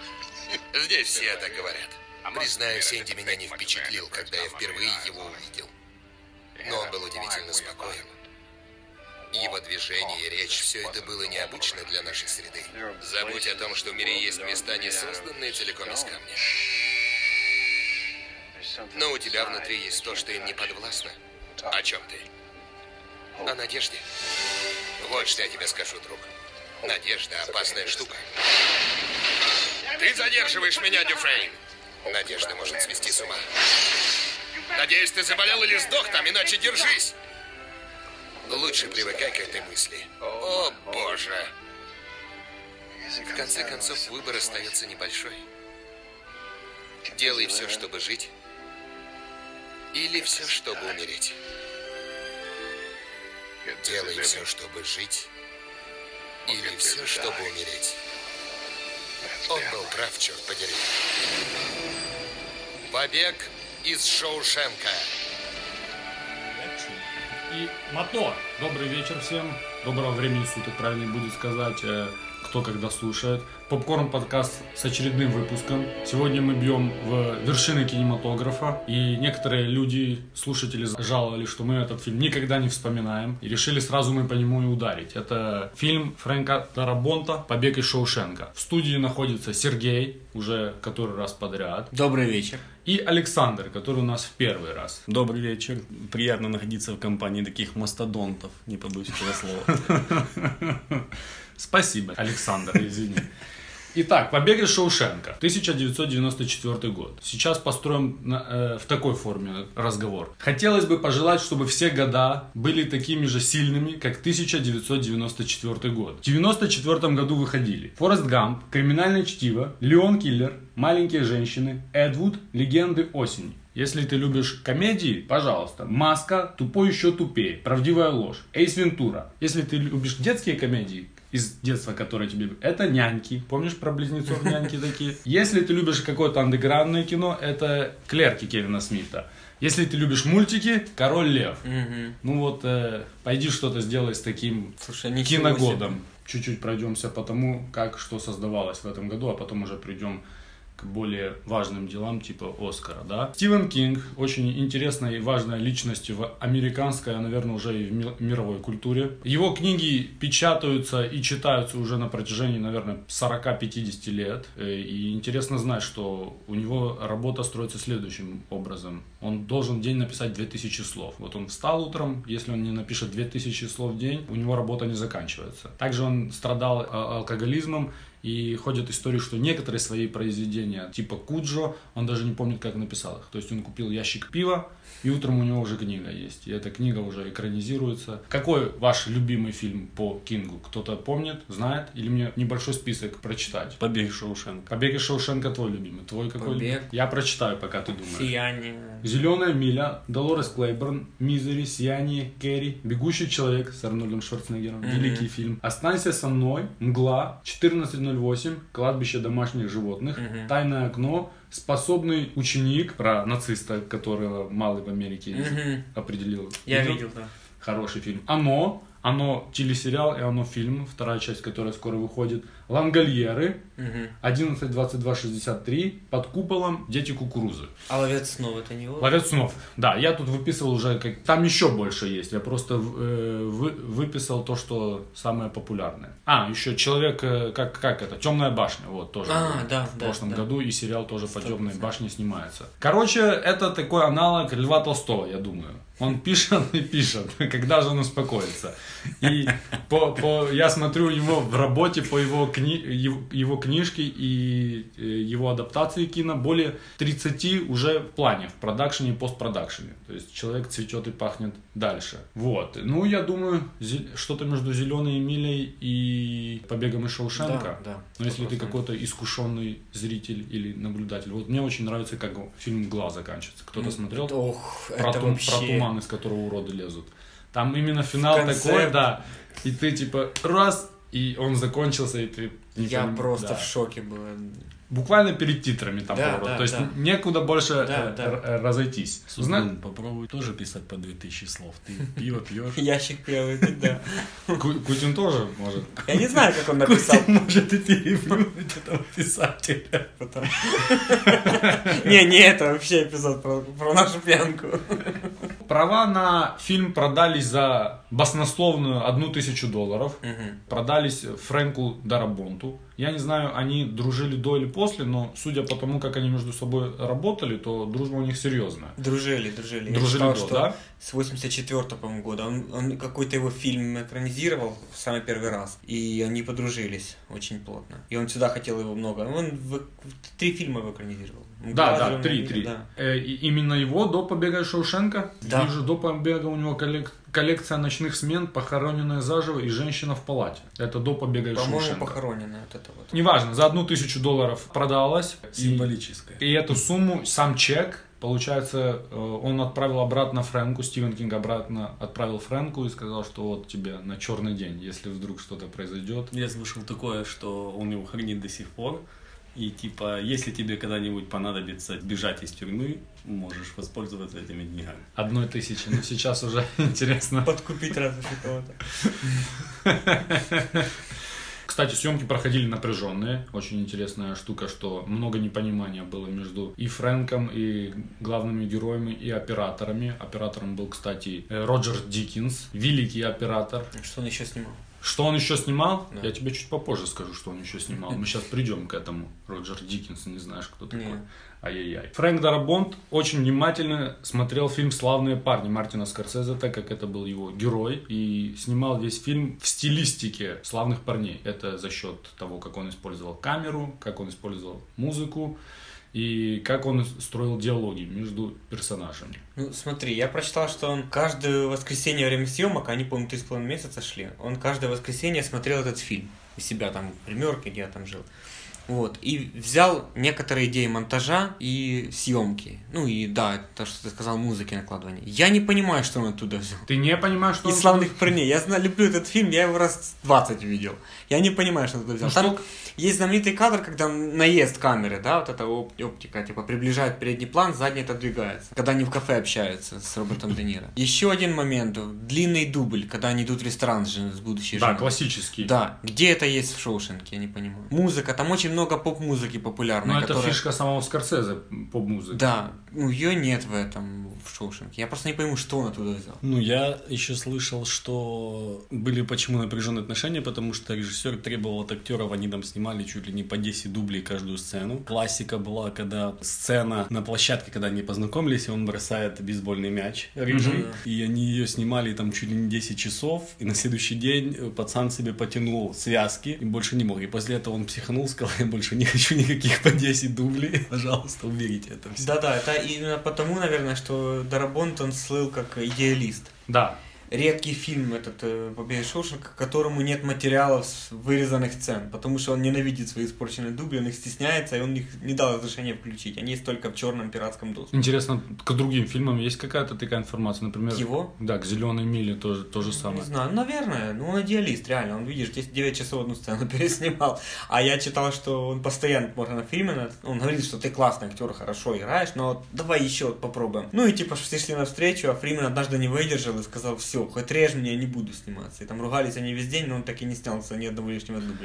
Здесь все так говорят. Признаюсь, Энди меня не впечатлил, когда я впервые его увидел. Но он был удивительно спокоен. Его движение и речь, все это было необычно для нашей среды. Забудь о том, что в мире есть места, не созданные целиком из камня. Но у тебя внутри есть то, что им не подвластно. О чем ты? О надежде. Вот что я тебе скажу, друг. Надежда – опасная штука. Ты задерживаешь меня, Дюфрейн. Надежда может свести с ума. Надеюсь, ты заболел или сдох там, иначе держись. Лучше привыкай к этой мысли. О, Боже. В конце концов, выбор остается небольшой. Делай все, чтобы жить. Или все, чтобы умереть. Делай все, чтобы жить. Или все, чтобы умереть. Он был прав, черт подери. Побег из Шоушенка. И мотор. Добрый вечер всем. Доброго времени суток, правильно будет сказать, кто когда слушает. Попкорн подкаст с очередным выпуском. Сегодня мы бьем в вершины кинематографа. И некоторые люди, слушатели, жаловались, что мы этот фильм никогда не вспоминаем. И решили сразу мы по нему и ударить. Это фильм Фрэнка Дарабонта «Побег из Шоушенка». В студии находится Сергей, уже который раз подряд. Добрый вечер. И Александр, который у нас в первый раз. Добрый вечер. Приятно находиться в компании таких мастодонтов, не побоюсь этого слова. Спасибо, Александр, извини. Итак, «Побег из Шоушенка», 1994 год. Сейчас построим в такой форме разговор. Хотелось бы пожелать, чтобы все года были такими же сильными, как 1994 год. В 1994 году выходили «Форест Гамп», «Криминальное чтиво», «Леон Киллер», «Маленькие женщины», «Эд Вуд», «Легенды осени». Если ты любишь комедии, пожалуйста, «Маска», «Тупой еще тупее», «Правдивая ложь», «Эйс Вентура». Если ты любишь детские комедии, из детства, которые тебе... Это «Няньки». Помнишь про близнецов «Няньки» такие? Если ты любишь какое-то андеграундное кино, это «Клерки» Кевина Смита. Если ты любишь мультики, «Король Лев». Угу. Ну вот, пойди что-то сделай с таким киногодом. Чуть-чуть пройдемся по тому, как что создавалось в этом году, а потом уже придем к более важным делам типа Оскара, да. Стивен Кинг, очень интересная и важная личность в американской, а, наверное, уже и в мировой культуре. Его книги печатаются и читаются уже на протяжении, наверное, 40-50 лет. И интересно знать, что у него работа строится следующим образом. Он должен в день написать 2000 слов. Вот он встал утром, если он не напишет 2000 слов в день, у него работа не заканчивается. Также он страдал алкоголизмом. И ходят истории, что некоторые свои произведения, типа Куджо, он даже не помнит, как написал их. То есть он купил ящик пива, и утром у него уже книга есть. И эта книга уже экранизируется. Какой ваш любимый фильм по Кингу? Кто-то помнит, знает? Или мне небольшой список прочитать? «Побег из Шоушенка». «Побег из Шоушенка» твой любимый. Твой какой? «Побег». Я прочитаю, пока ты думаешь. «Сияние». «Зеленая миля», «Долорес Клейборн», «Мизери», «Сияние», «Кэрри», «Бегущий человек» с Арнольдом Шварценеггером. Великий фильм. «Останься со мной», «Мгла», 14:08, «Кладбище домашних животных», «Тайное окно», «Способный ученик», про нациста, которого Малый в Америке определил. Я видел, да. Хороший фильм. «Оно» телесериал и «Оно» фильм, вторая часть, которая скоро выходит. «Лангольеры», 11:22:63, «Под куполом», «Дети кукурузы». А «Ловец снов» это не его? «Ловец снов», да, я тут выписывал уже, там еще больше есть, я просто выписал то, что самое популярное. Еще «Человек», как это, «Темная башня», вот, тоже в прошлом году, и сериал тоже по «Темной башне» снимается. Короче, это такой аналог Льва Толстого, я думаю. Он пишет и пишет, когда же он успокоится. И я смотрю его в работе по его книжке и его адаптации кино более 30 уже в плане, в продакшене и постпродакшене. То есть человек цветет и пахнет дальше. Вот. Ну, я думаю, что-то между «Зеленой милей» и «Побегом из Шоушенка». Да. Но если ты какой-то искушенный зритель или наблюдатель. Вот мне очень нравится, как фильм «Мгла» заканчивается. Кто-то смотрел? Про туман, из которого уроды лезут. Там именно финал такой, да. И ты типа раз, и он закончился, и ты... Я просто в шоке был. буквально перед титрами там поворот. То есть некуда больше разойтись. Суздун, попробуй тоже писать по 2000 слов. Ты пиво пьешь. Ящик пивой, да. Кутин тоже может. Я не знаю, как он написал. Кутин может и переплюнуть этого писателя. Не, это вообще эпизод про нашу пьянку. Права на фильм продались за баснословную $1000. Продались Фрэнку Дарабонту. Я не знаю, они дружили до или после, но судя по тому, как они между собой работали, то дружба у них серьезная. Дружили. Дружили Я читал, до, что да? с 84-го, по-моему, года. Он какой-то его фильм экранизировал в самый первый раз. И они подружились очень плотно. И он всегда хотел его много. Он 3 фильма его экранизировал. Да, 3. Именно его до побега из Шоушенка. Да. Вижу, до побега у него коллекция ночных смен, похороненная заживо и женщина в палате. Это до побега из Шоушенка. По-моему, похороненная вот это вот. Неважно, за $1000 продалась. Символическая. И эту сумму, сам чек, получается, он отправил обратно Фрэнку, Стивен Кинг обратно отправил Фрэнку и сказал, что вот тебе на черный день, если вдруг что-то произойдет. Я слышал такое, что он его хранит до сих пор. И типа, если тебе когда-нибудь понадобится бежать из тюрьмы, можешь воспользоваться этими деньгами. 1000, но сейчас уже интересно. Подкупить разве что кого-то. Кстати, съемки проходили напряженные. Очень интересная штука, что много непонимания было между и Фрэнком, и главными героями, и операторами. Оператором был, кстати, Роджер Диккинс, великий оператор. Что он еще снимал? Что он еще снимал? Да. Я тебе чуть попозже скажу, что он еще снимал. Мы сейчас придем к этому. Роджер Диккинс, не знаешь, кто такой? Нет. Ай-яй-яй. Фрэнк Дарабонт очень внимательно смотрел фильм «Славные парни» Мартина Скорсезе, так как это был его герой, и снимал весь фильм в стилистике «Славных парней». Это за счет того, как он использовал камеру, как он использовал музыку, и как он строил диалоги между персонажами. Ну, смотри, я прочитал, что он каждое воскресенье во время съемок, они, по-моему, 3,5 месяца шли, он каждое воскресенье смотрел этот фильм у себя там в гримерке, где я там жил. Вот, и взял некоторые идеи монтажа и съемки. Ну и да, то, что ты сказал, музыки накладывания. Я не понимаю, что он оттуда взял. Ты не понимаешь, что Из «Славных парней». Я люблю этот фильм, я его раз 20 видел. Я не понимаю, что он оттуда взял. Ну, там есть знаменитый кадр, когда наезд камеры, да, вот эта оптика, типа приближает передний план, задний отодвигается. Когда они в кафе общаются с Робертом Де Ниро. Еще один момент, длинный дубль, когда они идут в ресторан с будущей женой. Да, классический. Да, где это есть в «Шоушенке», я не понимаю. Музыка, там очень много поп-музыки популярной. Но это фишка самого Скорсезе, поп-музыки. Да, ну ее нет в этом, в «Шоушенке». Я просто не пойму, что он оттуда взял. Ну, я еще слышал, что были почему напряженные отношения, потому что режиссер требовал от актеров, они там снимали чуть ли не по 10 дублей каждую сцену. Классика была, когда сцена на площадке, когда они познакомились, и он бросает бейсбольный мяч рыжий, и они ее снимали там чуть ли не 10 часов, и на следующий день пацан себе потянул связки и больше не мог. И после этого он психанул, сказал, я больше не хочу никаких по 10 дублей, пожалуйста, уберите это все. Да-да, это именно потому, наверное, что Дарабонт, он слыл как идеалист. Да. Редкий фильм этот «Побег из Шоушенка», которому нет материалов с вырезанных сцен, потому что он ненавидит свои испорченные дубли, он их стесняется, и он их не дал разрешения включить. Они есть только в черном пиратском доступе. Интересно, к другим фильмам есть какая-то такая информация? Например, его? Да, к «Зеленой миле» то же самое. Не знаю, наверное, ну он идеалист, реально. Он, видишь, 9 часов одну сцену переснимал. А я читал, что он постоянно смотрит на Фримена, он говорит, что ты классный актер, хорошо играешь, но давай еще попробуем. Ну и типа все шли навстречу, а Фримен однажды не выдержал и сказал, все, хоть режь меня, я не буду сниматься. И там ругались они весь день, но он так и не снялся ни одного лишнего дубля.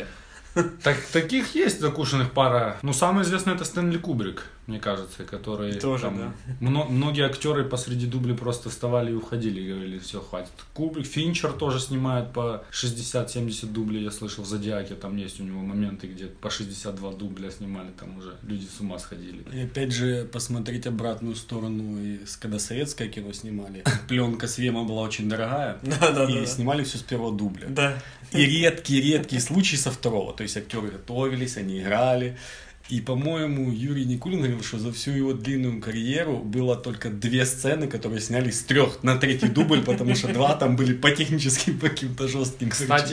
Таких есть закушенных пара. Ну, самый известный это Стэнли Кубрик, мне кажется, который... Тоже, там, да. Многие актеры посреди дублей просто вставали и уходили, и говорили, все, хватит. Кубрик, Финчер тоже снимает по 60-70 дублей, я слышал, в «Зодиаке» там есть у него моменты, где по 62 дубля снимали, там уже люди с ума сходили. И опять же, посмотреть обратную сторону, когда советское кино снимали, пленка с Вема была очень дорогая, и снимали все с первого дубля. Да. И редкие случаи со второго. То есть актеры готовились, они играли. И, по-моему, Юрий Никулин говорил, что за всю его длинную карьеру было только 2 сцены, которые снялись с 3 на 3-й дубль, потому что 2 там были по техническим, по каким-то жестким. Кстати,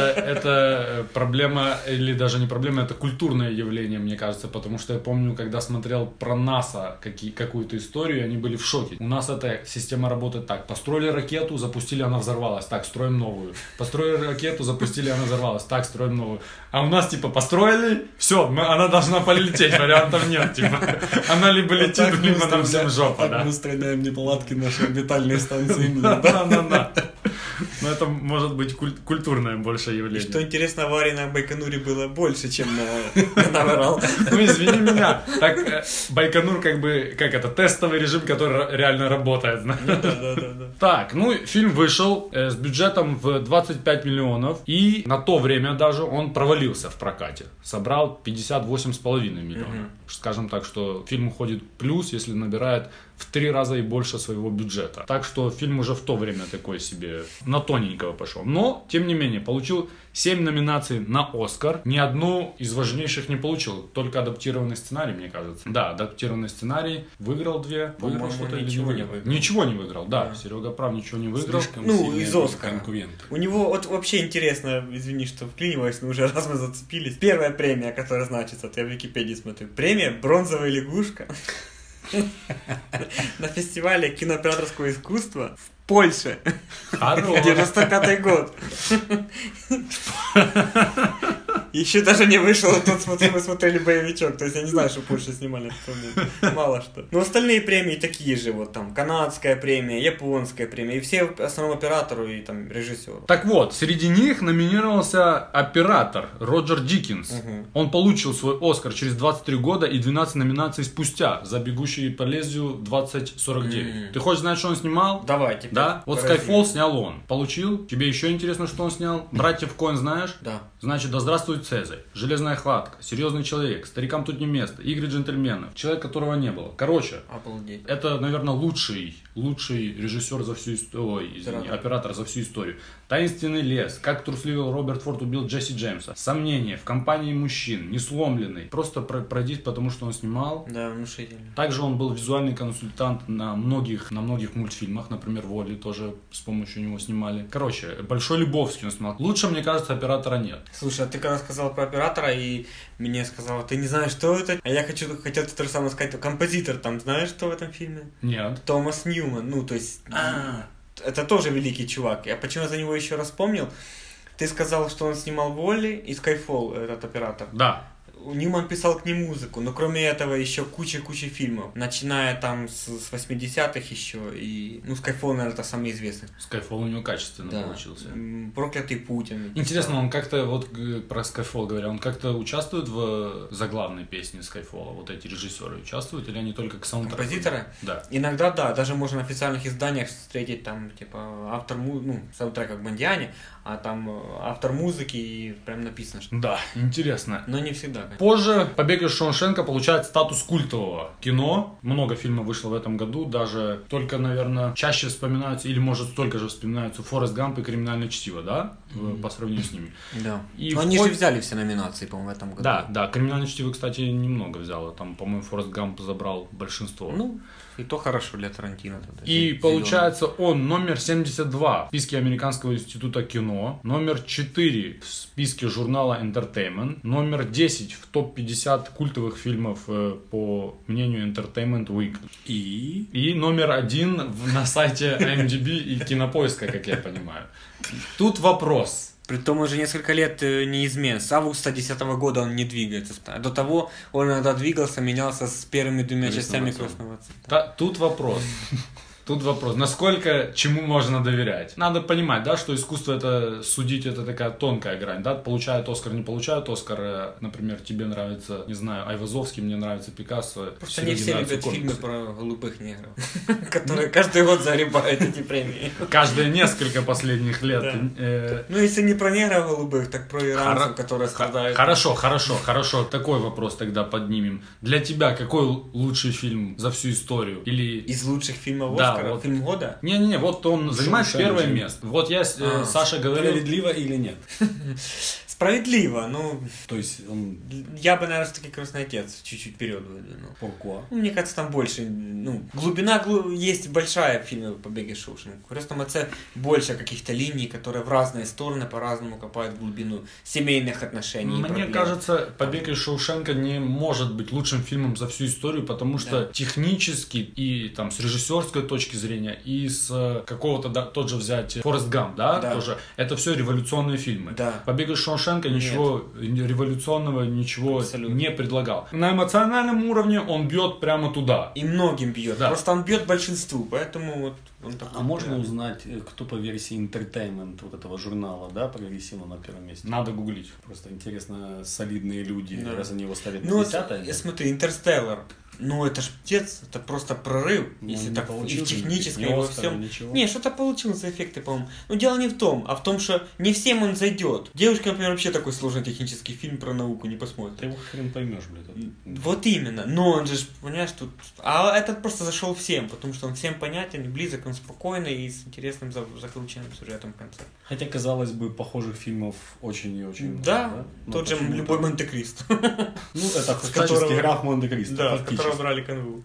это проблема, или даже не проблема, это культурное явление, мне кажется, потому что я помню, когда смотрел про НАСА какую-то историю, они были в шоке. У нас эта система работает так: построили ракету, запустили, она взорвалась, так, строим новую. Построили ракету, запустили, она взорвалась, так, строим новую. А у нас типа построили, все, она должна должна полететь, вариантов нет, типа. Она либо летит, либо нам всем жопа, да? Мы устраняем неполадки нашей орбитальной станции мира. Да. Но это может быть культурное больше явление. Что интересно, аварий на Байконуре было больше, чем на Урал. Ну, извини меня. Так, Байконур как бы, как это, тестовый режим, который реально работает, знаешь. Да. Так, ну, фильм вышел с бюджетом в 25 миллионов. И на то время даже он провалился в прокате. Собрал 58,5 миллионов. Скажем так, что фильм уходит в плюс, если набирает в 3 раза и больше своего бюджета. Так что фильм уже в то время такой себе на тоненького пошел. Но, тем не менее, получил 7 номинаций на Оскар. Ни одну из важнейших не получил. Только адаптированный сценарий, мне кажется. Да, адаптированный сценарий. Выиграл 2. Выиграл что-то или не выиграл? Ничего не выиграл, да. Серега прав, ничего не выиграл. Из Оскара. У него вот вообще интересно, извини, что вклиниваюсь, но уже раз мы зацепились. Первая премия, которая значится, я в Википедии смотрю. Премия «Бронзовая лягушка» на фестивале кинооператорского искусства в Польше. 95-й год. Еще даже не вышел тот, мы смотрели боевичок. То есть я не знаю, что в Польше снимали. Мало что. Но остальные премии такие же. Вот там канадская премия, японская премия. И все основному оператору и там режиссеру. Так вот, среди них номинировался оператор Роджер Дикинс. Он получил свой Оскар через 23 года и 12 номинаций спустя за «Бегущие по лезвию» 2049. Ты хочешь знать, что он снимал? Давай, теперь. Да? Вот Skyfall снял он. Получил. Тебе еще интересно, что он снял? «Братьев Коэн» знаешь? Да. Значит, «Да здравствует Цезарь», «Железная хватка», «Серьезный человек», «Старикам тут не место», «Игры джентльменов», «Человек, которого не было». Короче, обалдеть. Это, наверное, лучший режиссер за всю историю, оператор за всю историю. «Таинственный лес», «Как трусливый Роберт Форд убил Джесси Джеймса», «Сомнения», «В компании мужчин», «Несломленный». Просто пройдись, потому что он снимал. Да, внушительно. Также он был визуальный консультант на многих мультфильмах, например, «Волли» тоже с помощью него снимали. Короче, «Большой Любовский» он снимал. Лучше, мне кажется, оператора нет. Слушай, а ты когда сказал про оператора и мне сказал, ты не знаешь, что это? А я хотел то же самое сказать, композитор там, знаешь, что в этом фильме? Нет. Томас Ньюман, ну, то есть... Это тоже великий чувак. Я почему за него еще раз вспомнил? Ты сказал, что он снимал «Волли» и «Скайфолл», этот оператор. Да. Ньюман писал к ним музыку, но кроме этого еще куча фильмов. Начиная там с 80-х еще, и, ну, «Скайфолл», наверное, это самый известный. «Скайфолл» у него качественно получился. «Проклятый Путин». Интересно, он как-то, вот про «Скайфолл» говоря, он как-то участвует в заглавной песне «Скайфолла», вот эти режиссеры участвуют, или они только к саундтреку? Композиторы? Да. Иногда да, даже можно в официальных изданиях встретить там, типа, автор, саундтрека к «Бондиане», а там автор музыки, и прям написано, что... Да, интересно. Но не всегда, конечно. Позже «Побег из Шоушенка» получает статус культового кино. Много фильмов вышло в этом году, даже только, наверное, чаще вспоминаются, или, может, столько же вспоминаются «Форрест Гамп» и «Криминальное чтиво», да? По сравнению с ними. Да. Но они же взяли все номинации, по-моему, в этом году. Да, «Криминальное чтиво», кстати, немного взяло. Там, по-моему, «Форрест Гамп» забрал большинство. Ну, и то хорошо для Тарантино. И получается, он номер 72 в списке Американского института кино, номер 4 в списке журнала Entertainment, номер 10 в топ-50 культовых фильмов по мнению Entertainment Weekly. И номер 1 на сайте IMDb и Кинопоиска, как я понимаю. Тут вопрос. Притом уже несколько лет неизмен. С августа 2010 года он не двигается. До того он иногда двигался, менялся с первыми двумя частями «Крестного отца». Тут вопрос. Тут вопрос, насколько чему можно доверять. Надо понимать, да, что искусство это судить, это такая тонкая грань, да, получают Оскар, не получают Оскар, например, тебе нравится, не знаю, Айвазовский, мне нравится Пикассо. Просто не все любят фильмы про голубых негров, которые каждый год загребают эти премии. Каждые несколько последних лет. Ну, если не про негров голубых, так про иранцев, которые страдают. Хорошо, такой вопрос тогда поднимем. Для тебя какой лучший фильм за всю историю? Или... Из лучших фильмов Оскара? Вот. Фильм года? Не, вот он занимает первое место. Вот я Саша говорил... Справедливо или нет? Справедливо, ну... То есть он... Я бы, наверное, все-таки «Крестный отец» чуть-чуть вперед выдвинул. Pourquoi? Ну, мне кажется, там больше, глубина есть большая в фильме «Побег из Шоушенка». В «Крестном отце» больше каких-то линий, которые в разные стороны по-разному копают глубину семейных отношений. Мне кажется, «Побег из Шоушенка» не может быть лучшим фильмом за всю историю, потому что технически и там с режиссерской точки зрения, и с какого-то, тот же взять «Форрест Гамп», да, тоже, это все революционные фильмы. Да. «Побег из Шоушенка» Шоушенка ничего революционного, ничего Абсолютно. не предлагал. На эмоциональном уровне он бьет прямо туда. И многим бьет. Да. Просто он бьет большинству, поэтому вот он такой. А можно узнать, кто по версии Entertainment вот этого журнала, да, прогрессивно на первом месте? Надо гуглить. Просто интересно, солидные люди, Да. раз они его ставят Ну, на вот, 10-е. смотри, Интерстеллар. Ну, это ж птец, это просто прорыв, Ну, если не так, и получил в техническом, ни и во Оскара, всем. ничего. Не, что-то получил за эффекты, по-моему. Но дело не в том, а в том, что не всем он зайдет. Девушка, например, вообще такой сложный технический фильм про науку не посмотрит. Ты его хрен поймешь, блядь. Вот именно. Но он же, понимаешь, тут... А этот просто зашел всем, потому что он всем понятен, и близок, он спокойный и с интересным закрученным сюжетом в конце. Хотя, казалось бы, похожих фильмов очень и очень Да, много, Но тот же почему-то- «Любой Монте-Кристо». Ну, это с фактически которого- граф Монте-Кристо. Да, с фактически. которого брали канву.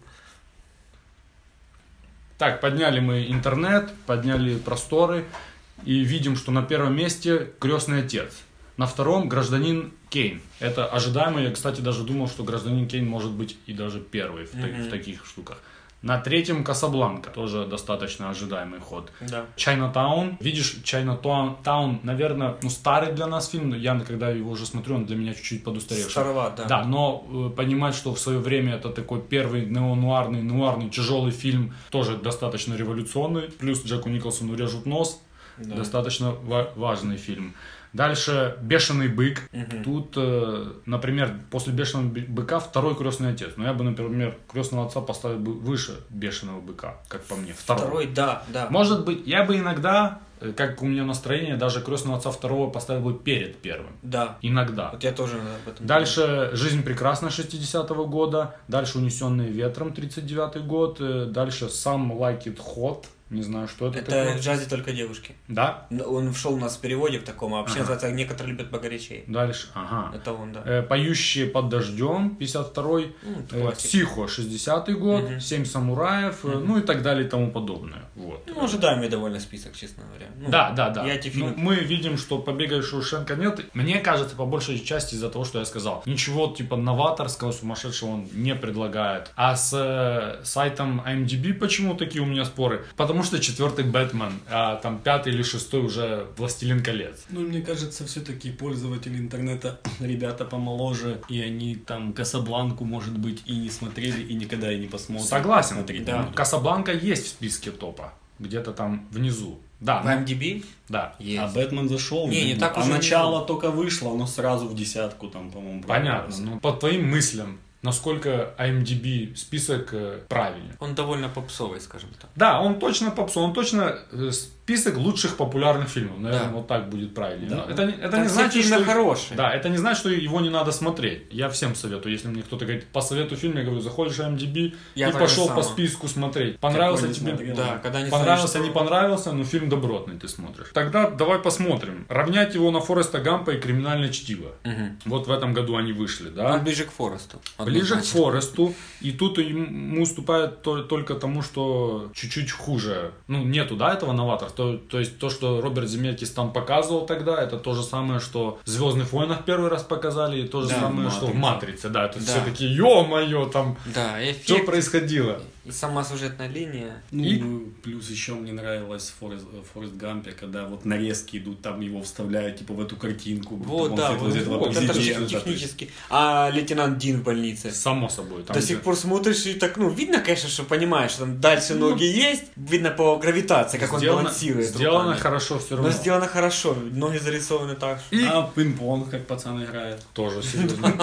Так, подняли мы интернет, подняли просторы и видим, что на первом месте «Крестный отец». На втором «Гражданин Кейн». Это ожидаемо. Я, кстати, даже думал, что «Гражданин Кейн» может быть и даже первый в таких штуках. На третьем «Касабланка». Тоже достаточно ожидаемый ход. Да. «Чайнатаун». Видишь, «Чайнатаун», наверное, старый для нас фильм. Но я, когда его уже смотрю, он для меня чуть-чуть подустаревший. Староват, да. Да, но понимать, что в свое время это такой первый нуарный, тяжелый фильм, тоже достаточно революционный. Плюс Джеку Николсону режут нос. Да. Достаточно важный фильм. Дальше «Бешеный бык». Тут, например, после «Бешеного быка» второй «Крестный отец». Но я бы, например, «Крестного отца» поставил бы выше «Бешеного быка», как по мне. Второй, да. Может быть, я бы иногда, как у меня настроение, даже «Крестного отца» второго поставил бы перед первым. Да. Иногда. Вот я тоже об этом Дальше «Жизнь прекрасна» 60-го года. Дальше «Унесенные ветром» 39-й год. Дальше «Some Like It Hot». Не знаю, что это Это такое. в джазе только девушки. Да? Он шел у нас в переводе в таком, а вообще называется «Некоторые любят погорячей». Дальше, ага. Это он, да. «Поющие под дождем» 52-й. Классика. «Психо» 60-й год. «Семь самураев», ну и так далее и тому подобное. Вот. Ну, ожидаемый довольно список, честно говоря. Ну, Да. Я эти фильмы... Ну, мы видим, что «Побега из Шоушенка» нет. Мне кажется, по большей части из-за того, что я сказал. Ничего типа новаторского, сумасшедшего он не предлагает. А с сайтом IMDb почему такие у меня споры? Потому что 4-й «Бэтмен», а там 5-й или 6-й уже «Властелин колец». Ну, мне кажется, все-таки пользователи интернета, ребята помоложе, и они там «Касабланку», может быть, и не смотрели, и никогда и не посмотрят. Согласен. Смотреть Да. не будут. «Касабланка» есть в списке топа. Где-то там внизу. Да. В IMDb Да. есть. А «Бэтмен» зашел, Не так а уже не начало только вышло, оно сразу в десятку там, по-моему, Понятно. пробралось. Но по твоим мыслям, насколько IMDb список правильный? Он довольно попсовый, скажем так. Да, он точно попсу, он точно список лучших популярных фильмов. Наверное, Да. вот так будет правильнее. Да. Но это не Там все значит, фильмы что... хорошие. Да, это не значит, что его не надо смотреть. Я всем советую. Если мне кто-то говорит, посоветуй фильм, я говорю, заходишь в IMDb Я и так же пошел по само. списку смотреть. Понравился не тебе? смотрел. Да, когда не Понравился, знаешь, не что- понравился, но фильм добротный ты смотришь. Тогда давай посмотрим. Равнять его на Фореста Гампа и «Криминальное чтиво». Вот в этом году они вышли, да? Он ближе к Форесту. Ближе к однозначно. Форесту. И тут ему уступает только тому, что чуть-чуть хуже. Ну, нету, да, этого новаторства. То есть то, что Роберт Земекис там показывал тогда, это то же самое, что в «Звездных войнах» первый раз показали, и то же Да, самое, в что в «Матрице». «Матрице». Да, тут Да. все такие, ё-моё, там, Да, что эффект. происходило? И сама сюжетная линия. Ну, И- плюс еще мне нравилось в Форест Гампе, когда вот нарезки идут, там его вставляют типа в эту картинку. будто Вот, он да, где-то возле этого вот, это же президента. технически. А лейтенант Дин в больнице. Само собой. Там До где- сих пор смотришь и так, ну, видно, конечно, что понимаешь, что там дальше ноги есть, видно по гравитации, как он балансирует. сделано руками. хорошо все равно. Но сделано хорошо, ноги зарисованы так. что- И- А в пинг-понг, как пацан играет. Тоже серьезно.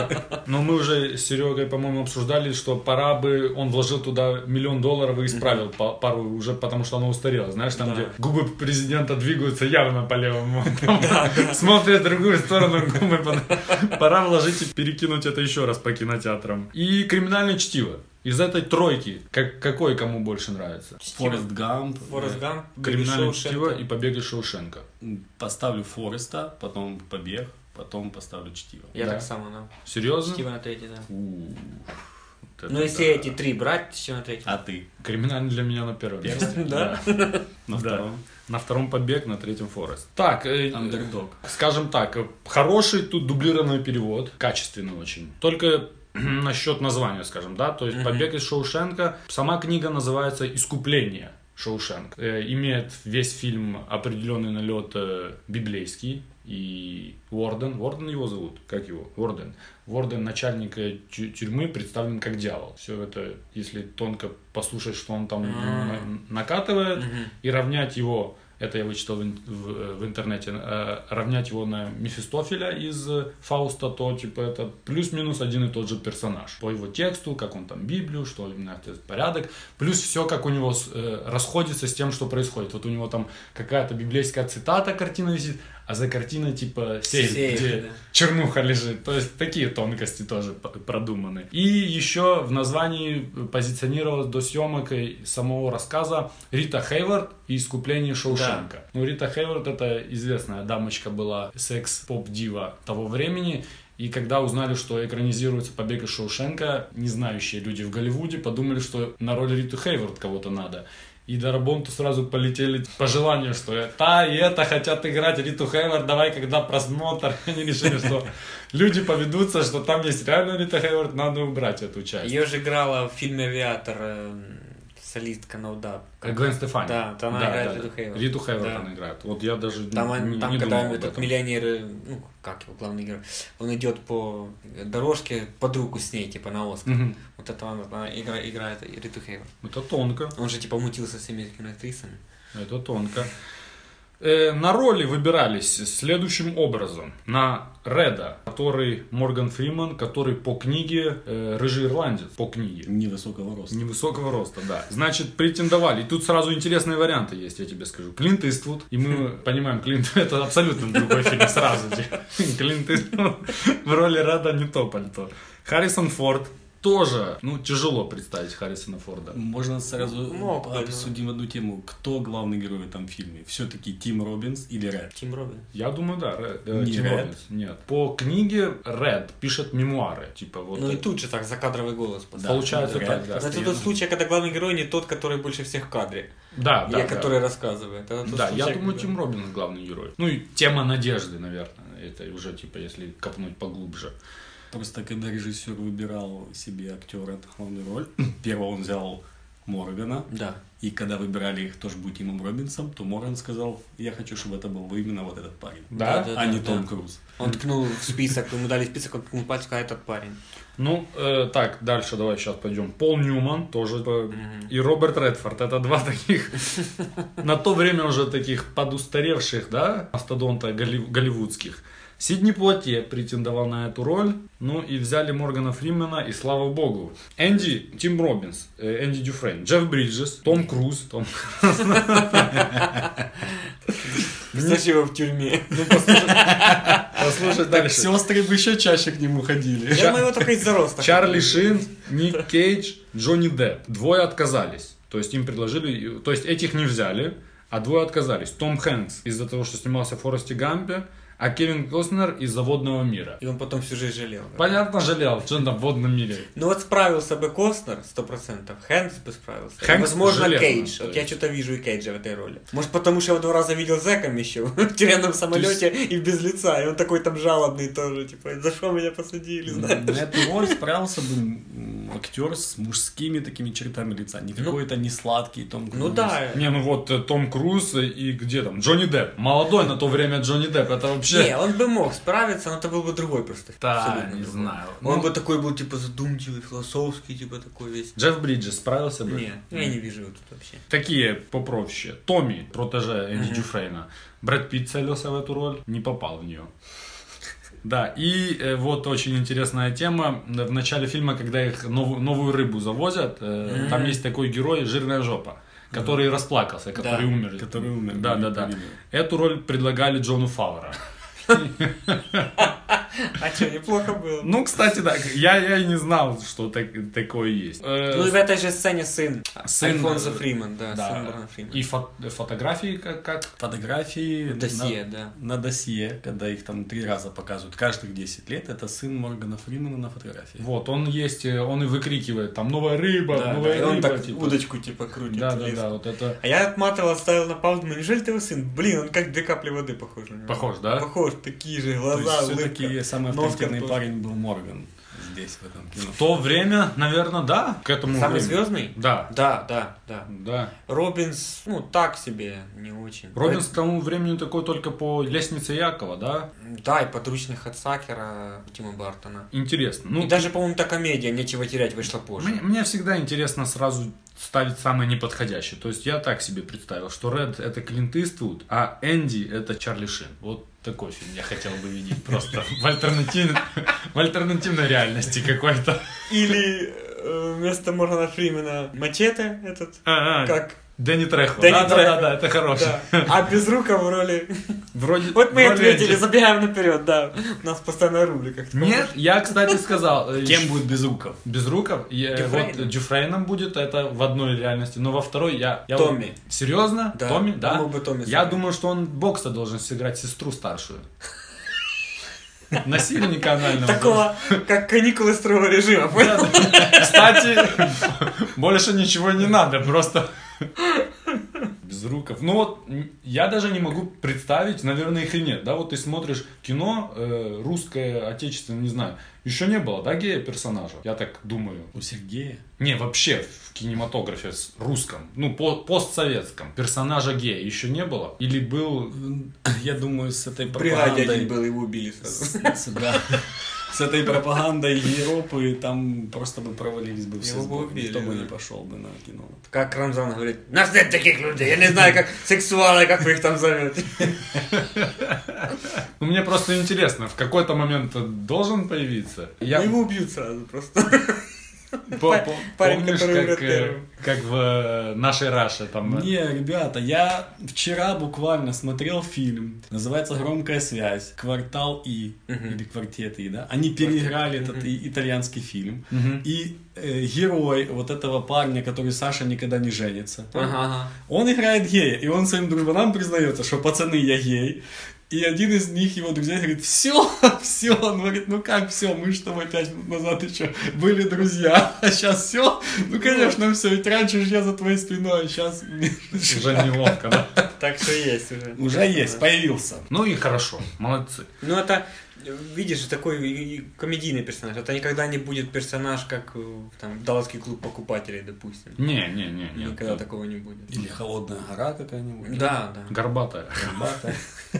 Но мы уже с Серегой, по-моему, обсуждали, что пора бы он вложил туда $1 миллион и исправил пару уже, потому что оно устарело. Знаешь, там, Да. где губы президента двигаются явно по левому. Там смотрят в другую сторону губы. Пора вложить и перекинуть это еще раз по кинотеатрам. И «Криминальное чтиво». Из этой тройки, какой кому больше нравится? Форест Гамп. Форест Гамп, «Криминальное Шоушенка. чтиво» и «Побег из Шоушенка». Поставлю Фореста, потом Побег, потом поставлю Чтиво. Я Да. так само, да. Серьезно? Чтиво на третий, да. Вот это Ну, если да. эти три брать, Чтиво на третий. А ты? «Криминальный» для меня на первом месте. Да? На втором? На втором «Побег», на третьем «Форест». Так, Андердог. скажем так, хороший тут дублированный перевод, качественный очень. Только насчет названия, скажем, да, то есть «Побег из Шоушенка», сама книга называется «Искупление Шоушенка». Имеет весь фильм определенный налет библейский, и Ворден его зовут, как его? Ворден начальника тюрьмы представлен как дьявол. Все это, если тонко послушать, что он там накатывает, и равнять его, это я вычитал в интернете, равнять его на Мефистофеля из Фауста, то типа это плюс-минус один и тот же персонаж. По его тексту, как он там Библию, что именно это порядок, плюс все, как у него расходится с тем, что происходит. Вот у него там какая-то библейская цитата, картина висит, а за картиной типа сейф, где чернуха лежит. То есть такие тонкости тоже продуманы. И еще в названии позиционировалась до съемок самого рассказа Рита Хейворд и «Искупление Шоушенка». Да. Ну, Рита Хейворд — это известная дамочка была, секс-поп-дива того времени. И когда узнали, что экранизируется «Побег из Шоушенка», незнающие люди в Голливуде подумали, что на роль Риты Хейворд кого-то надо. И до работы сразу полетели по желанию, что та и это хотят играть Риту Хейворд, давай, когда просмотр. Они решили, что люди поведутся, что там есть реально Рита Хейворд, надо убрать эту часть. Ее же играла в фильме «Авиатор» солистка Ноудап. Гвен Стефани. Да, там она играет Риту Хейворд. Риту Хейворд она играет. Вот я даже там, не когда думал этот миллионер, ну, как его главный герой, он идет по дорожке под руку с ней, типа на Оскар. Угу. Вот это она играет Риту Хейворд. Это тонко. Он же типа мутился с всеми актрисами. Это тонко. На роли выбирались следующим образом. На Реда, который Морган Фриман, который по книге рыжий ирландец, по книге. Невысокого роста. Невысокого роста, да. Значит, претендовали. И тут сразу интересные варианты есть, я тебе скажу. Клинт Иствуд. И мы понимаем, Клинт это абсолютно другой фильм сразу. Клинт Иствуд в роли Реда не то пальто. Харрисон Форд. Тоже, ну, тяжело представить Харрисона Форда. Можно сразу обсудим одну тему. Кто главный герой в этом фильме? Все-таки Тим Роббинс или Ред? Тим Роббинс. Я думаю, да. Не Тим Ред? Роббинс. Нет. По книге Ред пишет мемуары. Типа, вот Ну и тут же так, закадровый голос. Да. Получается Ред, так, да. Это тот случай, когда главный герой не тот, который больше всех в кадре. Да, да. Который рассказывает. Это тот Да, случай, я думаю, когда- Тим Роббинс главный герой. Ну и тема надежды, наверное. Это уже, типа, если копнуть поглубже. Просто когда режиссер выбирал себе актера на главную роль, первого он взял Моргана. Да. И когда выбирали их тоже быть Тимом Роббинсом, то Морган сказал, я хочу, чтобы это был именно вот этот парень. Да? А не Том Круз. Он ткнул в список, ему дали список, он ткнул пальцем, а этот парень. Ну, так, дальше давай сейчас пойдем. Пол Ньюман тоже. И Роберт Редфорд. Это два таких, на то время уже таких подустаревших, да, мастодонта голливудских. Сидни Плотье претендовал на эту роль. Ну и взяли Моргана Фримена, и слава богу. Тим Роббинс, Энди Дюфрейн, Джефф Бриджес, Том Круз. Представь его в тюрьме. Послушай дальше. Сестры бы еще чаще к нему ходили. Я думаю, его только из-за роста. Чарли Шин, Ник Кейдж, Джонни Депп. Двое отказались. То есть им предложили, то есть этих не взяли, а двое отказались. Том Хэнкс из-за того, что снимался в Форесте Гампе, а Кевин Костнер из-за «Водного мира». И он потом всю жизнь жалел. Понятно, жалел, что там в «Водном мире». Ну вот справился бы Костнер 100%, Хэнкс бы справился. Хэнкс Возможно, железно, Кейдж. то Вот я есть. что-то вижу и Кейджа в этой роли. Может, потому что я его 2 раза видел зэком еще в тюремном самолете и без лица. И он такой там жалобный тоже, типа, за что меня посадили, знаешь? На эту роль справился бы актер с мужскими такими чертами лица. Не какой-то не сладкий Том Круз. Ну да. Не, ну вот Том Круз и где там? Джонни Депп. Молодой на то время Джонни Депп. Это вообще... Не, он бы мог справиться, но это был бы другой просто. Да, Абсолютно не другой. знаю. Он Ну, бы такой был, типа, задумчивый, философский, типа, такой весь. Джефф Бриджес справился бы? Не, я не вижу его тут вообще. Такие попроще. Томми, протеже Энди Дюфрейна. Брэд Питт целился в эту роль, не попал в нее. Да, и вот очень интересная тема. В начале фильма, когда их новую рыбу завозят, там есть такой герой «Жирная жопа», который расплакался, который умер. Который умер. Да. Эту роль предлагали Джону Фавро. А что, неплохо было? Ну, кстати, да, я и не знал, что такое есть. Ну и в этой же сцене сын Сын, Альфонсо Фриман, да, да. сын Моргана Фримана. И фотографии как? Фотографии Досье, да. на досье, когда их там 3 раза показывают, каждых 10 лет, это сын Моргана Фримена на фотографии. Вот, он есть, он и выкрикивает, там, новая рыба, Да, новая да, и он рыба, так типа. удочку типа крутит. Да, лесом. вот это... А я отматывал, ставил на паузу, думаю, неужели ты его сын? Блин, он как 2 капли воды похож на него. Похож, да? Похож, такие же То глаза, есть улыбка. все-таки самый нос авторитетный как парень был Морган здесь, в этом кино. В то время, наверное, да, к этому Самый времени. звездный? Да. Да. Робинс, ну, так себе, не очень. Робинс к тому времени такой только по лестнице Якова, да? Да, и подручных от Сакера Тима Бартона. Интересно. Ну, И даже, по-моему, та комедия «Нечего терять» вышла позже. мне всегда интересно сразу ставить самое неподходящее. То есть я так себе представил, что Ред это Клинт Иствуд, а Энди это Чарли Шин. Вот такой фильм я хотел бы видеть просто в альтернативной реальности какой-то. Или вместо Моргана Фримена Мачете этот, как... Дэнни Трехо. Дэнни Трехо. Да, это хороший. Да. А Безруков в роли... Вроде, Вот мы вроде ответили, Энди. забегаем наперед, да. У нас постоянно рубрика. Нет, я, кстати, сказал. Кем будет Безруков? Безруков? Дюфрейном. Вот Дюфрейном будет, это в одной реальности, но во второй я Томми. Серьезно? Да. Томми, Он да? мог бы Томми Я сыграть. думаю, что он бокса должен сыграть сестру старшую. Насильника анального. Такого, как каникулы строгого режима, понял? Кстати, больше ничего не надо, просто Безруков. Ну вот, я даже не могу представить, наверное, их и нет. Да, вот ты смотришь кино русское, отечественное, не знаю. Еще не было, да, гея-персонажа? Я так думаю. У Сергея? Не, вообще в кинематографе русском, ну, постсоветском, персонажа гея еще не было? Или был... Я думаю, с этой В бригаде один пропагандой... был, его убили сразу. Да. С этой пропагандой Европы там просто бы провалились бы все Его бы сборы. убили, Никто бы да. не пошел бы на кино. Как Рамзан говорит, нас нет таких людей, я не знаю, как сексуалы, как вы их там зовете. Ну, мне просто интересно, в какой-то момент должен появиться? Я... Его убьют сразу просто. Парень, Помнишь, который умрет первым. как в нашей Раше там... Не, ребята, я вчера буквально смотрел фильм, называется «Громкая связь», «Квартал И», или «Квартет И», да? Они переиграли этот итальянский фильм, и герой вот этого парня, который Саша никогда не женится, Ага. он играет гея, и он своим дружбанам признается, что пацаны, я гей. И один из них, его друзья, говорит, все, он говорит, ну как все, мы же с тобой 5 минут назад еще были друзья, а сейчас все, ну конечно все, ведь раньше же я за твоей спиной, а сейчас... Уже неловко, да? Так что есть уже. Уже есть, появился. Ну и хорошо, молодцы. Ну это, видишь, такой и комедийный персонаж. Это никогда не будет персонаж, как там Далласский клуб покупателей, допустим. Не. Никогда такого не будет. Или «Холодная гора» какая-нибудь. Да. Горбатая. Горбатая.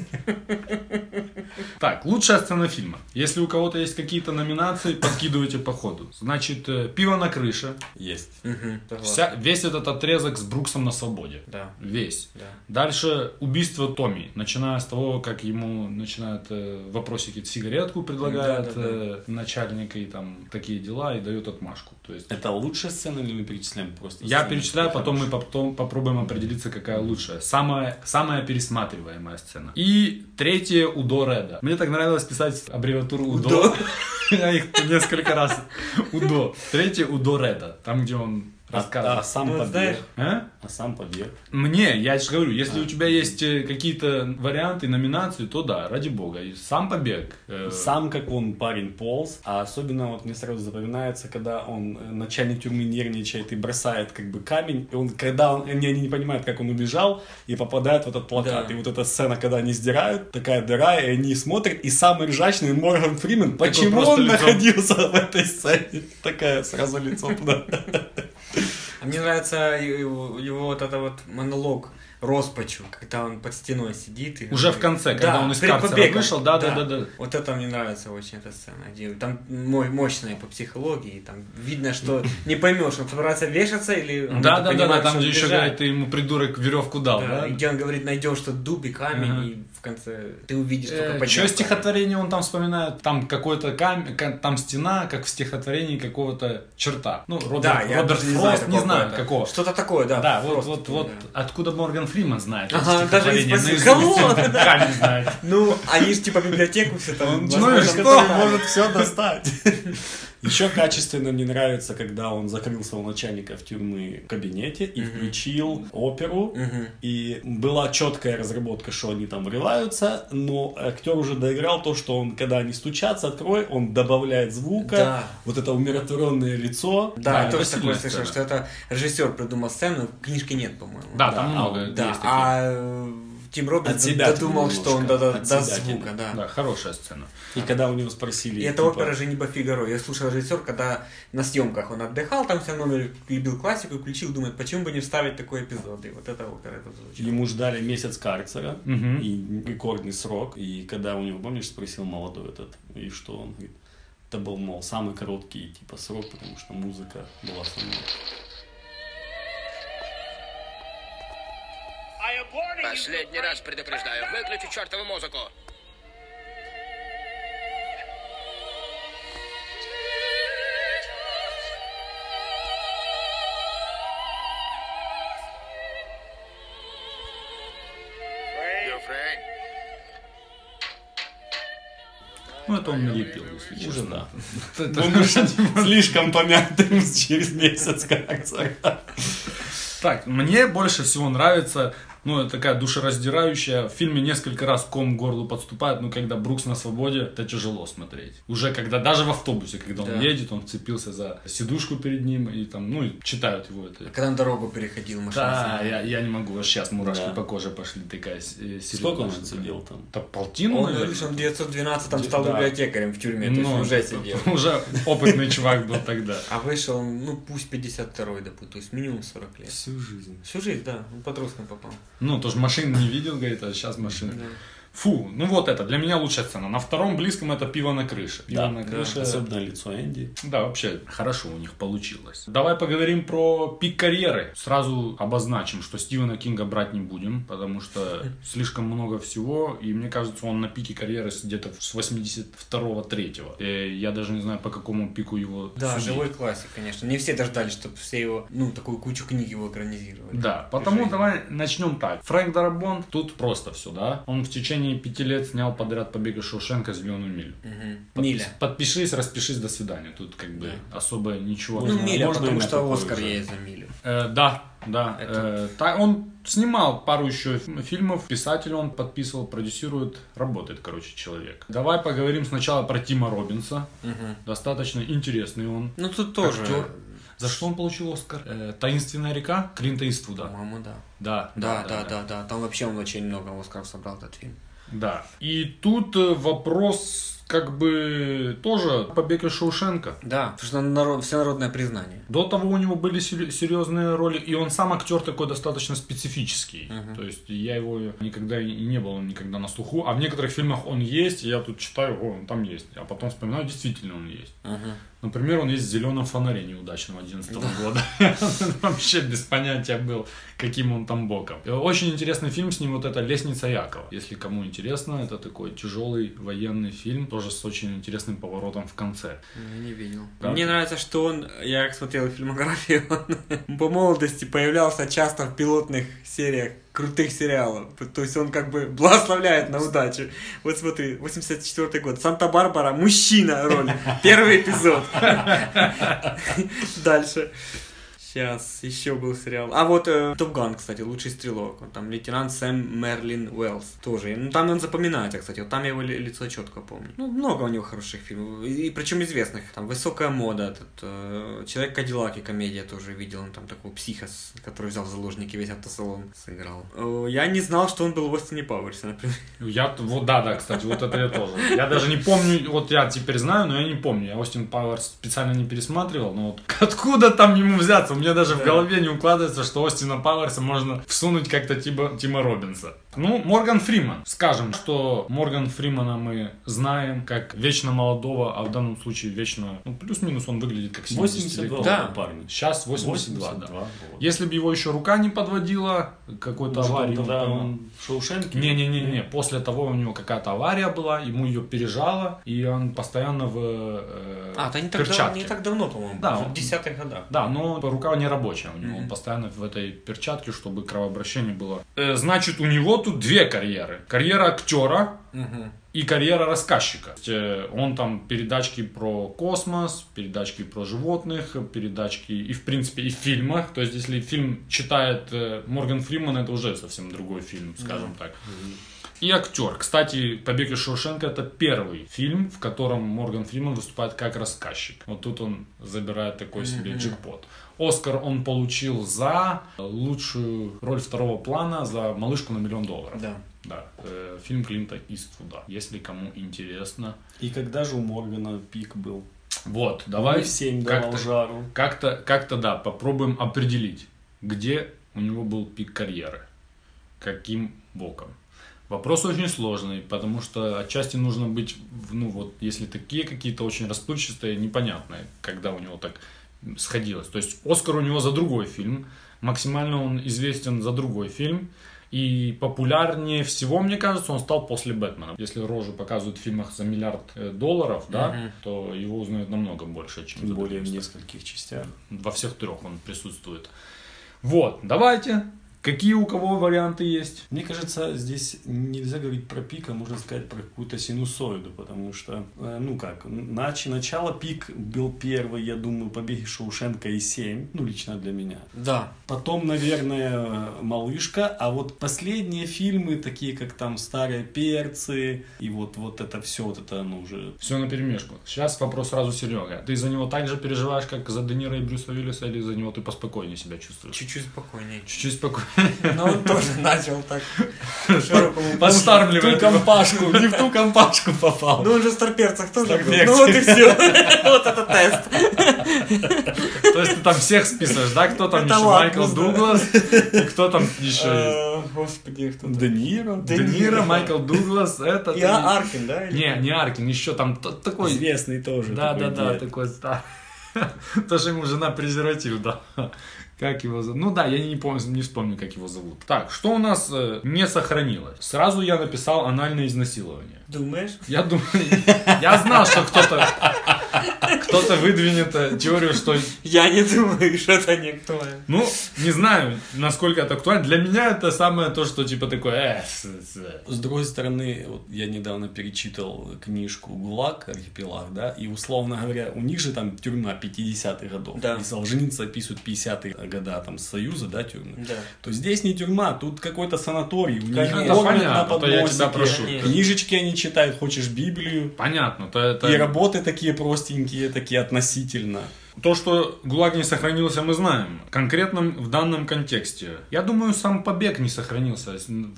Так, лучшая сцена фильма. Если у кого-то есть какие-то номинации, подкидывайте по ходу. Значит, «Пиво на крыше». Есть. Весь этот отрезок с Бруксом на свободе. Да. Весь. Да. Дальше убийство Томми. Начиная с того, как ему начинают вопросики сигаретку предлагает начальник и там такие дела, и дает отмашку. То есть Это лучшая сцена или мы перечисляем просто? я сцены, перечисляю, которые потом мы хорошие? попробуем определиться, какая лучшая. Самая пересматриваемая сцена. И третье УДО Реда. Мне так нравилось писать аббревиатуру УДО. Я их несколько раз. УДО. Третье УДО Реда. Там, где он А рассказывает. сам Ну, побег. знаешь, А сам побег. Я же говорю, если у тебя есть какие-то варианты, номинации, то да, ради бога. И сам побег. Сам как он парень полз, а особенно вот мне сразу запоминается, когда он начальник тюрьмы нервничает и бросает как бы камень, и он, когда они не понимают, как он убежал, и попадает в этот плакат. Да. И вот эта сцена, когда они сдирают, такая дыра, и они смотрят, и самый ржачный Морган Фримен, почему просто он лицом. находился в этой сцене? Такая сразу лицо туда. А мне нравится его вот это вот монолог роспачу, когда он под стеной сидит. И Уже в конце, когда он из перед карцера побегом. вышел, да. Вот это мне нравится очень, эта сцена. Где там мощная по психологии, там видно, что не поймешь, он собирается вешаться или он Да, понимает, там что где он еще бежать. говорит, ты ему придурок веревку дал, да? И где он говорит, найдешь тот дуб и камень, и в конце ты увидишь только поднялся. Что стихотворение он там вспоминает? Там какой-то камень, там стена, как в стихотворении какого-то черта. Ну, Роберт Фрост, не знаю какого. Что-то такое, да. Да, Фрост, вот да. откуда Морган Фриман знает это Ага, даже стихотворение не спросил, наизусть. кого? Камень знает. Ну, они же типа библиотеку все там. Он возможно, человек, почитали. который может все достать. Еще качественно мне нравится, когда он закрылся у начальника в тюрьмы в кабинете и включил оперу. И была четкая разработка, что они там врываются, но актер уже доиграл то, что он, когда они стучатся, открой, он добавляет звука, Да. вот это умиротворенное лицо. Да, я это тоже такое сильная слышал, сцена. что это режиссер придумал сцену, книжки нет, по-моему. Да, там много да, есть таких. А Тим Робинс От себя додумал, что он немножко, даст от себя звука, кинул. да. Да, хорошая сцена. И когда у него спросили... И это опера «Жени Фигаро». Я слушал режиссер, когда на съемках он отдыхал, там все равно любил классику, включил, думает, почему бы не вставить такой эпизод. И вот это опера это звучит. Ему ждали месяц карцера и рекордный срок. И когда у него, помнишь, спросил молодой этот, и что он говорит, это был, мол, самый короткий типа срок, потому что музыка была со мной. Последний раз предупреждаю, выключи чертову музыку. Дюфрейн. Ну, это он налепил, если Уже честно. да. Он слишком помятым через месяц карцера. Так, мне больше всего нравится, ну, это такая душераздирающая. В фильме несколько раз ком к горлу подступает, но когда Брукс на свободе, это тяжело смотреть. Уже когда, даже в автобусе, когда он едет, он вцепился за сидушку перед ним, и там, ну, и читают его это. Когда на дорогу переходил машину. Да, я не могу, аж сейчас мурашки по коже пошли, такая серьезная. Сколько он отсидел там? Да полтину, Он наверное. говорит, что он в 912-м стал Да. библиотекарем в тюрьме, то есть Ну, уже сидел. Уже опытный чувак был тогда. А вышел, ну пусть 52-й, допустим, то есть минимум 40 лет. Всю жизнь. Всю жизнь, да, он подростком попал. Ну, тоже машин не видел, говорит, а сейчас машины. Фу, ну вот это, для меня лучшая сцена. На втором близком это пиво на крыше. Пиво Да, на крыше. особенно лицо Энди. Да, вообще, хорошо у них получилось. Давай поговорим про пик карьеры. Сразу обозначим, что Стивена Кинга брать не будем, потому что слишком много всего, и мне кажется, он на пике карьеры где-то с 82-3. Я даже не знаю, по какому пику его Да, судить. живой классик, конечно. Не все дождались, чтобы все его, ну, такую кучу книг его экранизировали. Да, потому давай начнем так. Фрэнк Дарабонт, тут просто все, да. Он в течение 5 лет снял подряд «Побег из Шоушенка», «Зеленую милю». Миля. Подпишись, распишись, до свидания. Тут как бы особо ничего. Ну, Миля, можно потому и на что такое Оскар уже. есть за Милю. Да. Он снимал пару еще фильмов, писатель он подписывал, продюсирует, работает, короче, человек. Давай поговорим сначала про Тима Робинса. Достаточно интересный он. Ну, тут тоже. актер. За что он получил Оскар? «Таинственная река» Клинта Иствуда. По-моему, да. Да. Там вообще он очень много Оскаров собрал, этот фильм. Да. И тут вопрос, как бы, тоже «Побег из Шоушенка». Да, потому что всенародное признание. До того у него были серьезные роли, и он сам актер такой достаточно специфический. То есть я его никогда и не был никогда на слуху, а в некоторых фильмах он есть, и я тут читаю, он там есть, а потом вспоминаю, действительно он есть. Например, он есть в «Зеленом фонаре» неудачного 2011 года. Вообще без понятия был, каким он там боком. Очень интересный фильм с ним, вот это «Лестница Якова». Если кому интересно, это такой тяжелый военный фильм, тоже с очень интересным поворотом в конце. Не видел. Да. Мне нравится, что он, я смотрел фильмографию, он по молодости появлялся часто в пилотных сериях крутых сериалов. То есть он как бы благословляет на удачу. Вот смотри, 84 год. «Санта-Барбара», мужчина роль. Первый эпизод. Дальше. Сейчас, еще был сериал. А вот «Топ Ган», кстати, «Лучший стрелок». Он там лейтенант Сэм Мерлин Уэллс тоже. Ну, там он запоминается, кстати. Вот там я его лицо четко помню. Ну, много у него хороших фильмов. И причем известных. Там «Высокая мода», этот, «Человек-Кадиллак» и комедия тоже видел. Он там такого психа, который взял в заложники весь автосалон, сыграл. Я не знал, что он был в «Остине Пауэрсе», например. Да, кстати, вот это я тоже. Я даже не помню, вот я теперь знаю, но я не помню. Я «Остин Пауэрс» специально не пересматривал, но вот откуда там ему взяться? У меня даже в голове не укладывается, что Остина Пауэрса можно всунуть как-то Тима Робинса. Ну, Морган Фриман. Скажем, что Морган Фримана мы знаем как вечно молодого, а в данном случае вечно, ну, плюс-минус он выглядит как 82 Да, парень. сейчас 82, да. Вот. Если бы его еще рука не подводила, какой-то аварии. Тогда он в Шоушенке? Не. После того у него какая-то авария была, ему ее пережало, и он постоянно в Это не перчатке. так давно, по-моему. Да, в 10-х годах. Да, но рука не рабочая у него, он постоянно в этой перчатке, чтобы кровообращение было. Значит, у него тут две карьеры. Карьера актера и карьера рассказчика. Он там передачки про космос, передачки про животных, передачки и в принципе и в фильмах. То есть если фильм читает Морган Фриман, это уже совсем другой фильм, скажем так. и актер. Кстати, «Побег из Шоушенка» — это первый фильм, в котором Морган Фриман выступает как рассказчик. Вот тут он забирает такой себе джекпот. Оскар он получил за лучшую роль второго плана, за «Малышку на $1 000 000». Да. Да, фильм Клинта Иствуда, если кому интересно. И когда же у Моргана пик был? Вот, давай В 7 давал жару. как-то, да, попробуем определить, где у него был пик карьеры, каким боком. Вопрос очень сложный, потому что отчасти нужно быть, ну вот, если такие какие-то очень расплывчатые, непонятные, когда у него так сходилось. То есть Оскар у него за другой фильм, максимально он известен за другой фильм, и популярнее всего, мне кажется, он стал после «Бэтмена». Если рожу показывают в фильмах за $1 миллиард, да, то его узнают намного больше, чем за Более в «Бэтмена». нескольких частях. Во всех 3 он присутствует. Вот, давайте. Какие у кого варианты есть? Мне кажется, здесь нельзя говорить про пик, а можно сказать про какую-то синусоиду, потому что, ну как, начало пик был первый, я думаю, «Побег из Шоушенка» и 7, ну лично для меня. Да. Потом, наверное, «Малышка», а вот последние фильмы, такие как там «Старые перцы» и вот это все, вот это оно уже... Все наперемешку. Сейчас вопрос сразу Серега. Ты за него так же переживаешь, как за Де Ниро и Брюса Уиллиса, или за него ты поспокойнее себя чувствуешь? Чуть-чуть спокойнее. Чуть-чуть спокойнее. Но он тоже начал так широкому Подстармливает. В ту компашку, не в ту компашку попал. Ну он же в «Старперцах» тоже был. «Старперцы». Ну вот и все. Вот это тест. То есть ты там всех списываешь, да? Кто там Это еще? лакмус, Майкл да. Дуглас? И кто там еще есть? Господи, кто там? Де Ниро. Де Ниро, Майкл Дуглас, это... И Аркин, да? Не Аркин, еще там такой... Известный тоже. Да, такой дед. такой старый. Тоже ему жена презерватив, да. Как его зовут? Ну да, я не помню, не вспомню, как его зовут. Так, что у нас не сохранилось? Сразу я написал «анальное изнасилование». Думаешь? Я думаю, я знал, что кто-то выдвинет теорию, что... Я не думаю, что это не актуально. Ну, не знаю, насколько это актуально. Для меня это самое то, что типа такое... С другой стороны, вот я недавно перечитал книжку «ГУЛАГ», «Архипелаг», да, и, условно говоря, у них же там тюрьма 50-х годов. Да. И Солженицын описывает 50-е года там Союза, да, тюрьмы. Да. То здесь не тюрьма, тут какой-то санаторий. У них Конечно. кормят Понятно, на то я тебя подносике, прошу. книжечки они читают, хочешь Библию. Понятно, то это... И работы такие простенькие, такие относительно. То, что ГУЛАГ не сохранился, мы знаем. Конкретно в данном контексте. Я думаю, сам побег не сохранился.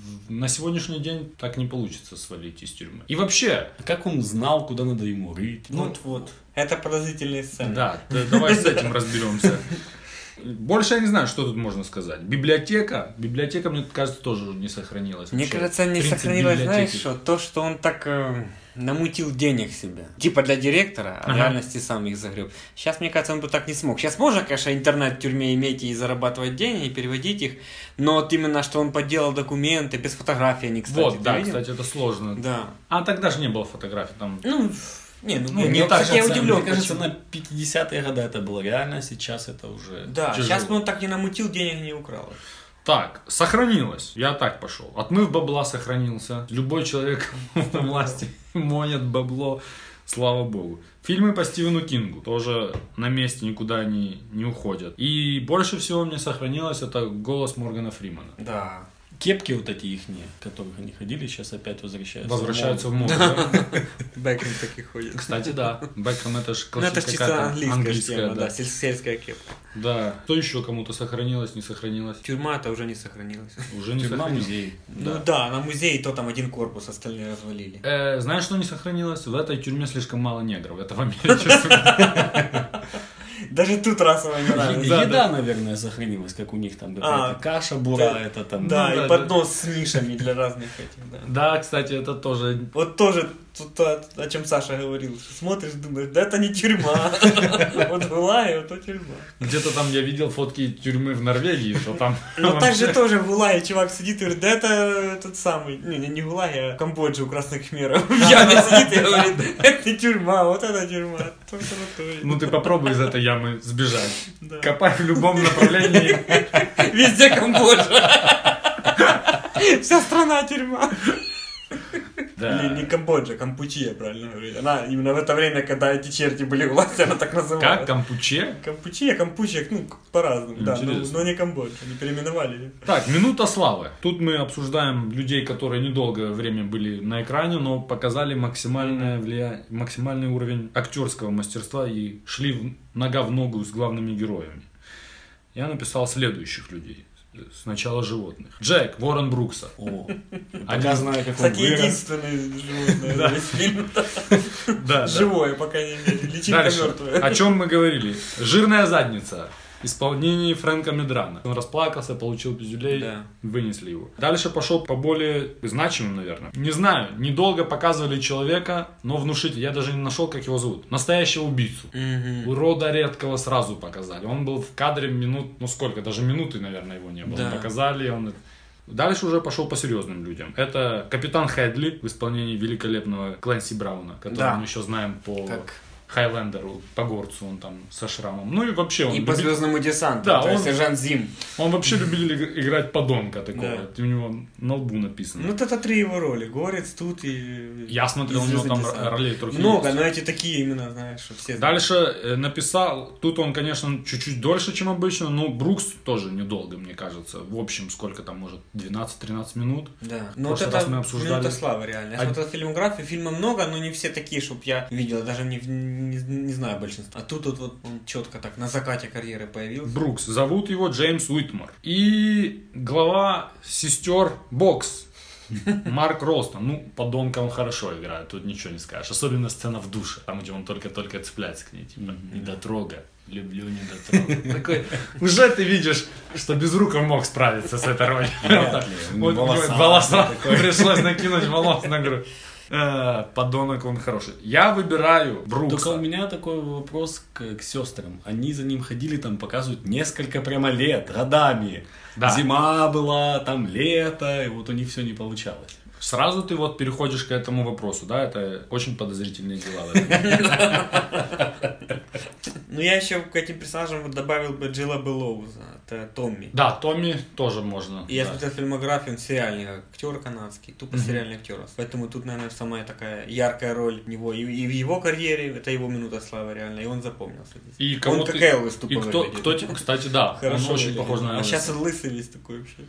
На сегодняшний день так не получится свалить из тюрьмы. И вообще... Как он знал, куда надо ему рыть? Вот. Это подозрительные сцены. Да, давай с этим разберемся. Больше я не знаю, что тут можно сказать. Библиотека, мне кажется, тоже не сохранилась. Мне Вообще, кажется, не принцип сохранилось, знаешь библиотеки. что? То, что он так намутил денег себе. Типа для директора, а в Ага. реальности сам их загреб. Сейчас, мне кажется, он бы так не смог. Сейчас можно, конечно, интернет в тюрьме иметь и зарабатывать деньги, и переводить их, но вот именно, что он подделал документы, без фотографий они, кстати. Вот, ты да, видел? кстати, это сложно. Да. А тогда же не было фотографий там. Ну, не вот, так, кстати, я Мне удивлен. кажется, почему. на 50-е годы это было реально, сейчас это уже... Да, тяжело. сейчас бы он так не намутил, денег не украл. Так, сохранилось. Я так пошел. Отмыв бабла сохранился. Любой человек во власти монет бабло. Слава богу. Фильмы по Стивену Кингу тоже на месте никуда не уходят. И больше всего мне сохранилось это голос Моргана Фримана. Да. Кепки вот эти ихние, в которых они ходили, сейчас опять возвращаются. Возвращаются в моду. да? Бэкхэм таки ходит. Кстати, да. Бэкхэм это же Ну, это ж чисто какая-то английская тема, да, да. сельская кепка. Да. Что еще кому-то сохранилось, не сохранилось? Тюрьма-то уже не сохранилась. Уже не Тюрьма, сохранилось. музей. Ну да, на музее то там один корпус, остальные развалили. Знаешь, что не сохранилось? В этой тюрьме слишком мало негров. Это в Америке. Даже тут расово не нравится. Да, Еда, наверное, сохранилась, как у них там какая-то каша бура, да, это там... Да, Ну, и да, поднос с нишами для разных этих, да. Да, кстати, это тоже... Вот тоже тут то, о чем Саша говорил. Смотришь, думаешь, да это не тюрьма. Вот была, и вот то тюрьма. Где-то там я видел фотки тюрьмы в Норвегии, что там... Но так же тоже в Гулаге чувак сидит и говорит, да это тот самый, не в Гулаге, а в Камбодже у красных хмеров. В яме сидит и говорит, это не тюрьма, вот это тюрьма. То, что на то. Ну ты попробуй из этой ямы сбежать. Да. Копай в любом направлении. Везде Камбоджа. Вся страна тюрьма. Да. Или не Камбоджа, Кампучия, правильно говорить. Она именно в это время, когда эти черти были у власти, она так называлась. Как? Кампуче? Кампучия, Кампучия, по-разному, да, Интересно. но не Камбоджа, они переименовали ее. Так, минута славы. Тут мы обсуждаем людей, которые недолгое время были на экране, но показали максимальный уровень актерского мастерства и шли нога в ногу с главными героями. Я написал следующих людей. Сначала животных. Джек, Уоррен Брукса. О, пока знаю, как он Кстати, вырос. единственное животное весь фильм. Да, Живое, по крайней мере. Личинка Дальше. мертвая. О чем мы говорили? Жирная задница. Исполнение Фрэнка Медрана. Он расплакался, получил пиздюлей, Да. вынесли его. Дальше пошел по более значимым, наверное. Не знаю, недолго показывали человека, но внушительно. Я даже не нашел, как его зовут. Настоящего убийцу. Урода редкого сразу показали. Он был в кадре минут, ну сколько, даже минуты, наверное, его не было. Да. Показали, он... Дальше уже пошел по серьезным людям. Это Капитан Хедли в исполнении великолепного Клэнси Брауна, которого Да. мы еще знаем по... Как? Хайлендеру, по горцу, он там со шрамом. Ну и вообще он... И по любит- Звездному десанту, Да, то есть он- сержант Зим. Он вообще любил играть подонка такого. Да. У него на лбу написано. Ну, это 3 его роли. Горец, тут и... Я смотрел, и у него там Звездный десант. ролей только Много, есть. но эти такие именно, знаешь, что все знают. Дальше написал, тут он, конечно, чуть-чуть дольше, чем обычно, но Брукс тоже недолго, мне кажется. В общем, сколько там, может, 12-13 минут. Да. В Но вот прошлый это раз мы обсуждали. минута славы, реально. Я смотрел фильмографию, фильмов много, но не все такие, чтобы я видел, даже не знаю большинство. А тут вот он четко так на закате карьеры появился. Брукс. Зовут его Джеймс Уитмор. И глава сестер Бокс. Марк Ролстон. Ну, подонка он хорошо играет, тут ничего не скажешь. Особенно сцена в душе, там, где он только-только цепляется к ней. Типа, недотрога. Люблю недотрога. Такой, уже ты видишь, что Безруков мог справиться с этой ролью. Вряд ли. Вот, Волосатый волоса. такой. Пришлось накинуть волос на грудь. Подонок он хороший. Я выбираю Брукса. Только у меня такой вопрос к сестрам. Они за ним ходили, там показывают несколько прямо лет, годами. Да. Зима была, там лето, и вот у них все не получалось. Сразу ты вот переходишь к этому вопросу, да? Это очень подозрительные дела. в этом. Ну, я еще к этим персонажам вот добавил бы Джилла Белоуза, это Томми. Да, Томми тоже можно. И я да. смотрел фильмографию, он сериальный актер канадский, тупо сериальный актер. Поэтому тут, наверное, самая такая яркая роль него. И в его карьере, это его минута славы реально, и он запомнился здесь. И кого он ты- как Элвис тупо И кто, выглядит. кстати, да, Хорошо он очень выглядит. похож на А Элвиса. сейчас он лысый весь такой вообще.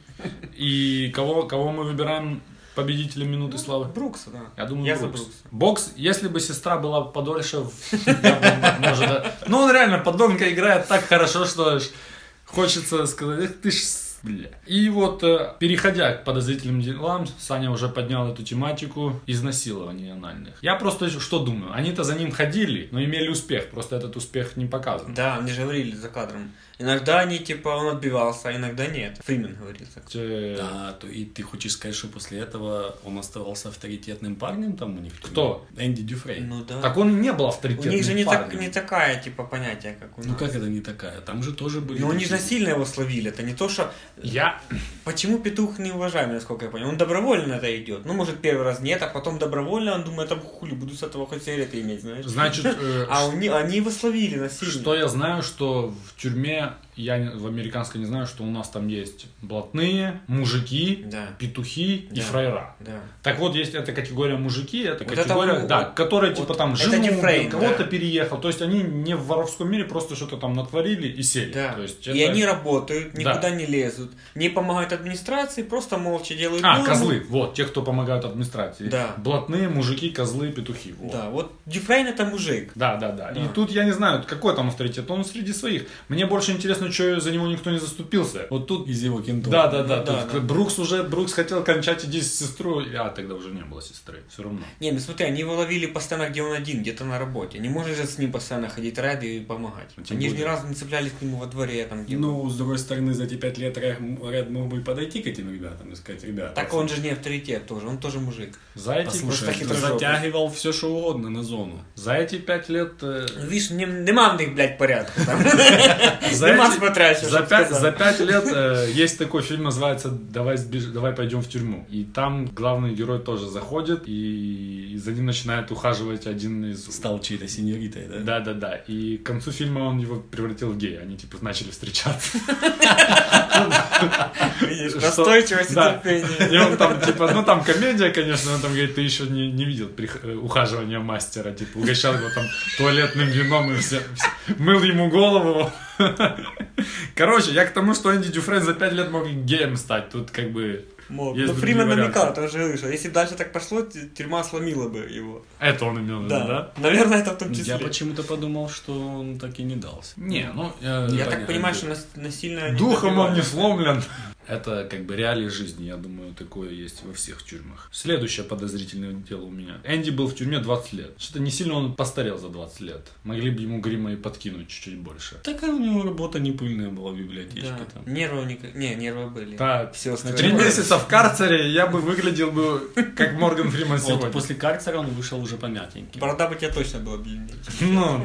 И кого мы выбираем победителем минуты славы? Брукса, да. Я думаю, за Брукс. Брукса. Бокс, если бы сестра была подольше, может, да. Ну, он реально подонка играет так хорошо, что аж хочется сказать, эх ты ж, бля. И вот, переходя к подозрительным делам, Саня уже поднял эту тематику изнасилований анальных. Я просто что думаю, они-то за ним ходили, но имели успех, просто этот успех не показан. Да, они же говорили за кадром. Иногда они, типа, он отбивался, а иногда нет. Фримен говорил так. Да, то и ты хочешь сказать, что после этого он оставался авторитетным парнем там у них? Кто? Энди Дюфрейн. Ну да. Так он не был У авторитетным них же парнем. не такая, типа, понятие, как у нас. Ну как это не такая? Там же тоже были... Ну, они же такие- насильно его словили. Это не то, что... Я... Почему петух неуважаемый, насколько я понял? Он добровольно на это идет. Ну, может, первый раз нет, а потом добровольно он думает, там хули, буду с этого хоть сигареты иметь, знаешь? Значит, А они его словили насильно. что я знаю, что в тюрьме, в американской не знаю, что у нас там есть блатные, мужики, Да. петухи и Да. фраера. Да. Так вот, есть эта категория мужики, это Вот категория, это, да, которые вот типа там это жену Дюфрейн, убил, кого-то да. переехал. То есть они не в воровском мире просто что-то там натворили и сели. Да. То есть И это- они работают, Да. никуда не лезут, не помогают администрации, просто молча делают А, норму. козлы, вот, те, кто помогают администрации. Да. Блатные, мужики, козлы, петухи. Вот. Да, вот Дюфрейн это мужик. Да. Да. И тут я не знаю, какой там авторитет. Он среди своих. Мне больше интересно, что за него никто не заступился. Вот тут... Из его кентов. Да. да, Тут да. Брукс хотел кончать иди с сестрой. А тогда уже не было сестры. Все равно. Не, ну смотри, они его ловили постоянно, где он один, где-то на работе. Не можешь же с ним постоянно ходить ряды и помогать. Тем Они же ни более. разу не цеплялись к нему во дворе, там где Ну, с другой стороны, за эти 5 лет Ред мог бы подойти к этим ребятам и сказать, ребята... Так он же не авторитет тоже, он тоже мужик. За эти, Послушай, просто он хитрожопый. затягивал все, что угодно на зону. за эти 5 лет... Видишь, нема в них, блядь, порядку там. за Нема эти- смотрящего. За 5 лет есть такой фильм, называется «Давай пойдем в тюрьму». И там главный герой тоже заходит, и за ним начинает ухаживать один из... Стал чьей-то сеньоритой, да? Да. И к концу фильма он его превратил в гея. Они типа начали встречаться. Видишь, настойчивость и терпение. И он там, типа, ну там комедия, конечно, он там говорит, ты еще не видел ухаживания мастера, типа, угощал его там туалетным вином и все, мыл ему голову. Короче, я к тому, что Энди Дюфрен за 5 лет мог геем стать, тут как бы... Ну, есть Фриман другие намекал, варианты. тоже говорил, что если дальше так пошло, тюрьма сломила бы его. Это он имел в виду, да? Наверное, это в том числе. Я почему-то подумал, что он так и не дался. Не, ну... Я так понимаю, что насильно... Духом он не сломлен. Это как бы реалии жизни, я думаю, такое есть во всех тюрьмах. Следующее подозрительное дело у меня. Энди был в тюрьме 20 лет. Что-то не сильно он постарел за 20 лет. Могли бы ему грима и подкинуть чуть-чуть больше. Такая у него работа не пыльная была в библиотечке. Да. Там. Нервы были. Так, Все 3 месяца в карцере я бы выглядел бы как Морган Фриман сегодня. Вот после карцера он вышел уже помятенький. Борода бы тебя точно была длиннее. Ну,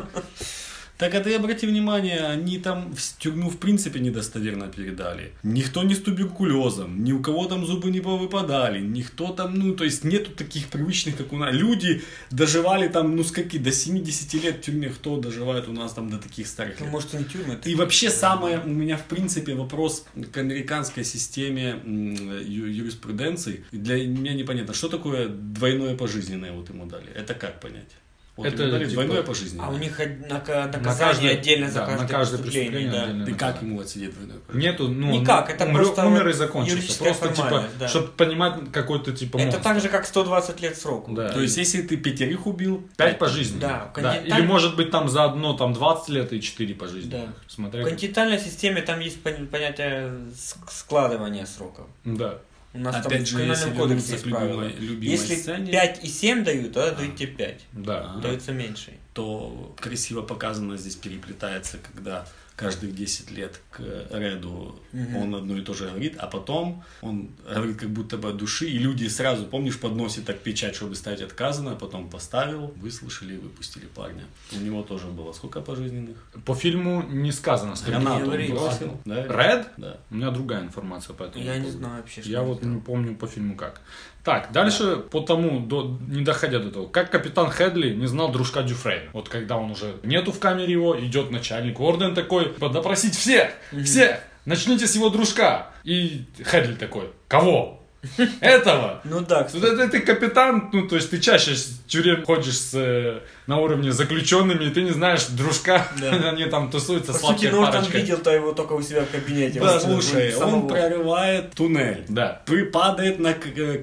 Так, а ты обрати внимание, они там в тюрьму в принципе недостоверно передали. Никто не с туберкулезом, ни у кого там зубы не повыпадали, никто там, ну, то есть нету таких привычных, как у нас. Люди доживали там, ну, скольки, до 70 лет в тюрьме, кто доживает у нас там до таких старых лет. Ну, может, и не тюрьма. И вообще самое, у меня в принципе вопрос к американской системе юриспруденции. Для меня непонятно, что такое двойное пожизненное вот ему дали. Это как понять? Вот это ему дали типа, двойное пожизненное. А у них наказание отдельно за каждое преступление. Да. отдельно. Ты как ему отсидеть двойное пожизненное? Нету, ну, Никак, это просто умер и закончился. юридическая Просто, типа, формальность, да. чтобы понимать какой-то, типа, Это монстр. так же, как 120 лет сроку. Да. То есть, если ты 5 убил, 5 пожизненных. Да, Да. Или может быть там заодно там 20 лет и 4 пожизненных. Да. Смотря В континентальной системе там есть понятие складывания сроков. Да. У нас Опять там же, в Криминальном если кодексе вернуться есть к правило. любимой Если сцене, 5 и 7 дают, тогда дают тебе 5. Да. Дается меньше. то красиво показано здесь переплетается, когда каждых 10 лет к Реду он одно и то же говорит, а потом он говорит как будто бы от души, и люди сразу, помнишь, подносят так печать, чтобы стать отказано, потом поставил, выслушали и выпустили парня. У него тоже было сколько пожизненных? По фильму не сказано, сколько. Гранату он говорит. бросил. Да? Ред? Да. У меня другая информация по этому Я не поводу. знаю вообще, что Я он вот сделал. не помню по фильму как. Так, дальше по тому, не доходя до того, как капитан Хедли не знал дружка Дюфрейна. Вот когда он уже нету в камере его, идет начальник Орден такой, допросить всех, начните с его дружка. И Хедли такой, кого? Этого? Ну да, Тут ты капитан, ну то есть ты чаще в тюрьме ходишь на уровне с заключенными, и ты не знаешь дружка, они там тусуются по с сути, сладкой Нортон парочкой. видел-то его только у себя в кабинете. Да, Вот, слушай, самого. он прорывает туннель. Да. Падает на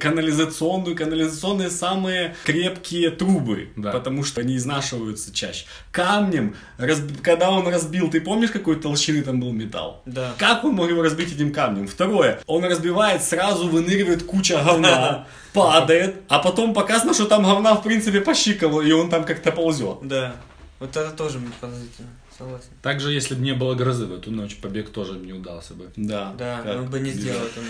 канализационные самые крепкие трубы, Да. потому что они изнашиваются чаще. Камнем, когда он разбил, ты помнишь, какой толщины там был металл? Да. Как он мог его разбить этим камнем? Второе, он разбивает, сразу выныривает куча говна, падает, а потом показано, что там говна в принципе по щиколу, и он там как-то ползет. Да. Вот это тоже мне положительно. Согласен. Также, если бы не было грозы в эту ночь, побег тоже не удался бы. Да, Да, как он бы не бежать. сделал эту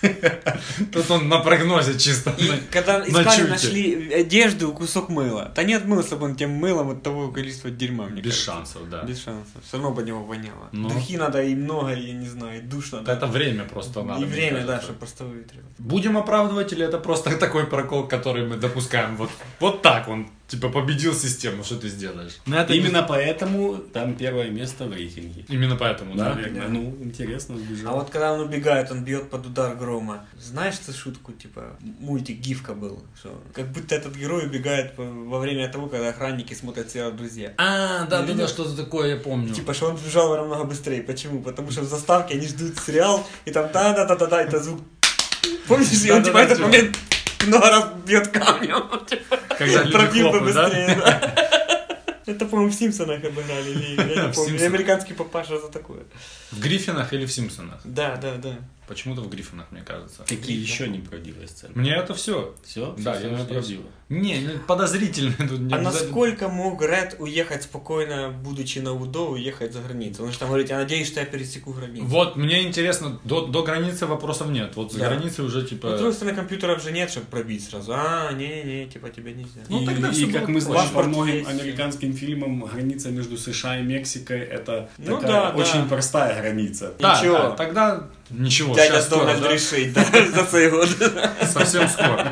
ночь. Тут он на прогнозе чисто. И когда на искали, чуйте. нашли одежду, кусок мыла. Да не отмылся бы он тем мылом от того количества дерьма, мне Без кажется. шансов, да. Без шансов. Все равно бы от него воняло. Ну. Духи надо и много, и я не знаю, и душ надо. Это время просто надо. И мне время, да, кажется. чтобы просто выветривать. Будем оправдывать, или это просто такой прокол, который мы допускаем? Вот так он, типа, победил систему, что ты сделаешь? Но это Именно поэтому там первое место в рейтинге. Именно поэтому, Да, наверное. ну, интересно, сбежал. А вот когда он убегает, он бьет под удар грома. Знаешь эту шутку, типа, мультик Гифка был, что как будто этот герой убегает во время того, когда охранники смотрят сериал «Друзья». Да, что-то такое я помню. Типа, что он бежал намного быстрее. Почему? Потому что в заставке они ждут сериал, и там да-да-да-да-да, это звук. Помнишь, и он типа этот момент много раз бьет камнем, типа, Когда люди пробил хлопают, побыстрее, да? Это, по-моему, в «Симпсонах» обыграли, или я не В помню, «Симпсонах». американский папаша за такое. В Гриффинах или в Симпсонах? Да. Почему-то в Гриффинах, мне кажется. Какие еще неправдивые сцены? Мне это все. Все? Да, Все я правдиво. Не, подозрительно. Тут не А обязательно. насколько мог Ред уехать спокойно, будучи на УДО, уехать за границу? Он же там говорит, я надеюсь, что я пересеку границу. Вот, мне интересно, до границы вопросов нет. Вот с Да. границы уже типа... Ну, с другой стороны, компьютеров же нет, чтобы пробить сразу. Не, типа тебе нельзя. Ну, тогда и всё как было мы знаем по паспорт многим есть. американским фильмам, граница между США и Мексикой это Ну такая да, очень да. простая граница. Да, Ничего. да, тогда ничего. Дядя Сейчас скоро, Дональд да? решит, да, за цей год. Совсем скоро.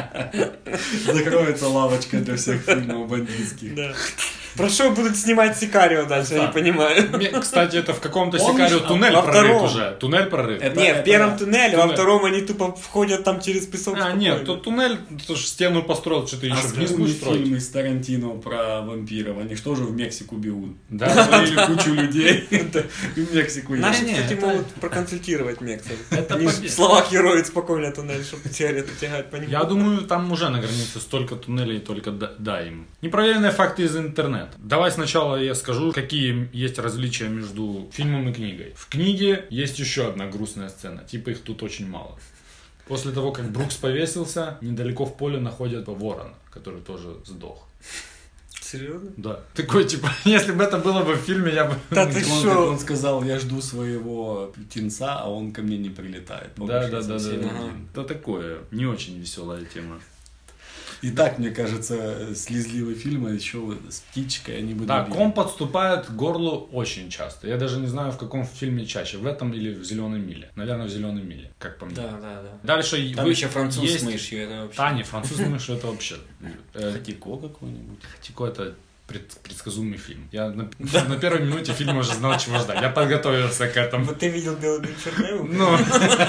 Закроется лавочка для всех фильмов бандитских. Да. Про что будут снимать Сикарио дальше, я не понимаю. Кстати, это в каком-то Помнишь, Сикарио туннель во прорыт втором? уже. Туннель прорыт. Это- Не, в первом туннеле, во туннель. втором они тупо входят там через песок. А, нет, тут туннель, ты же стену построил, что ты А еще вниз вспомни будешь строить. фильм из Тарантино про вампиров. Они что же в Мексику бегут? Да. Завалили кучу людей и в Мексику едут. Наши, Не, кстати, это- могут проконсультировать Мексов. Это Они победа. в словах героев спокойно туннель, чтобы сигареты тягать по нему. Я думаю, там уже на границе столько туннелей, только дай им. Непроверенные факты из интернета. Давай сначала я скажу, какие есть различия между фильмом и книгой. В книге есть еще одна грустная сцена, типа их тут очень мало. После того, как Брукс повесился, недалеко в поле находят ворона, который тоже сдох. Серьезно? Да. Такой, типа, если бы это было бы в фильме, я бы... Да ты Он, шо? как он сказал, я жду своего птенца, а он ко мне не прилетает. Помнишь, Да. я совсем Ага. один. Это такое, не очень веселая тема. И так, мне кажется, слезливый фильм, а еще с птичкой они бы Да, добили. ком подступает к горлу очень часто. Я даже не знаю, в каком фильме чаще, в этом или в «Зеленой миле». Наверное, в «Зеленой миле», как по мне. Да. Дальше Там еще француз есть... с мышью, это вообще. А, не, француз с мышью, это вообще... Хатико какой-нибудь. Хатико это предсказуемый фильм. Я на первой минуте фильма уже знал, чего ждать. Я подготовился к этому. Вот ты видел «Белый черный»? Ну,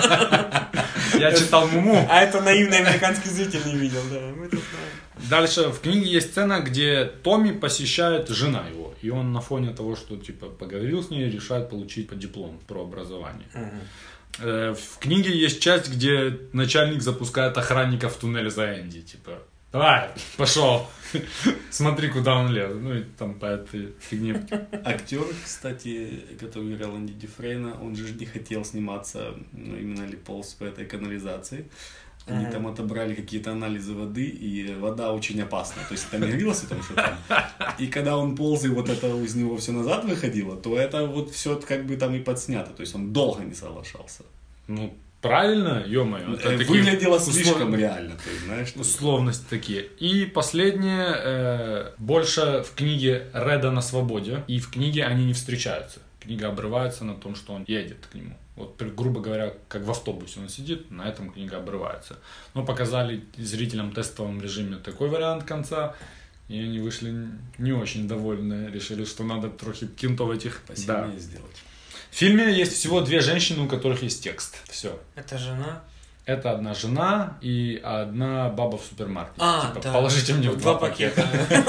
я читал «Муму». А это наивный американский зритель не видел, да. Мы это знаем. Дальше в книге есть сцена, где Томми посещает жена его. И он на фоне того, что типа поговорил с ней, решает получить диплом про образование. В книге есть часть, где начальник запускает охранника в туннель за Энди. Типа, давай, пошел, смотри, куда он лез. Ну и там по этой фигне. Актер, кстати, который играл Энди Дюфрейна, он же не хотел сниматься, ну, именно ли полз по этой канализации. Они там отобрали какие-то анализы воды, и вода очень опасна. То есть там не говорилось о том, что там. И когда он полз, и вот это из него все назад выходило, то это вот все как бы там и подснято. То есть он долго не соглашался. Ну, правильно, ё-моё. это такие Выглядело слишком реально, ты знаешь. что- условности такие. И последнее, больше в книге Реда на свободе, и в книге они не встречаются. Книга обрывается на том, что он едет к нему. Вот, грубо говоря, как в автобусе он сидит, на этом книга обрывается. Но показали зрителям в тестовом режиме такой вариант конца, и они вышли не очень довольны, решили, что надо трохи кентовать их. Посильнее сделать. В фильме есть всего 2 женщины, у которых есть текст. Все. Это жена? Это одна жена и одна баба в супермаркете. А, типа, да. положите мне в 2 пакета.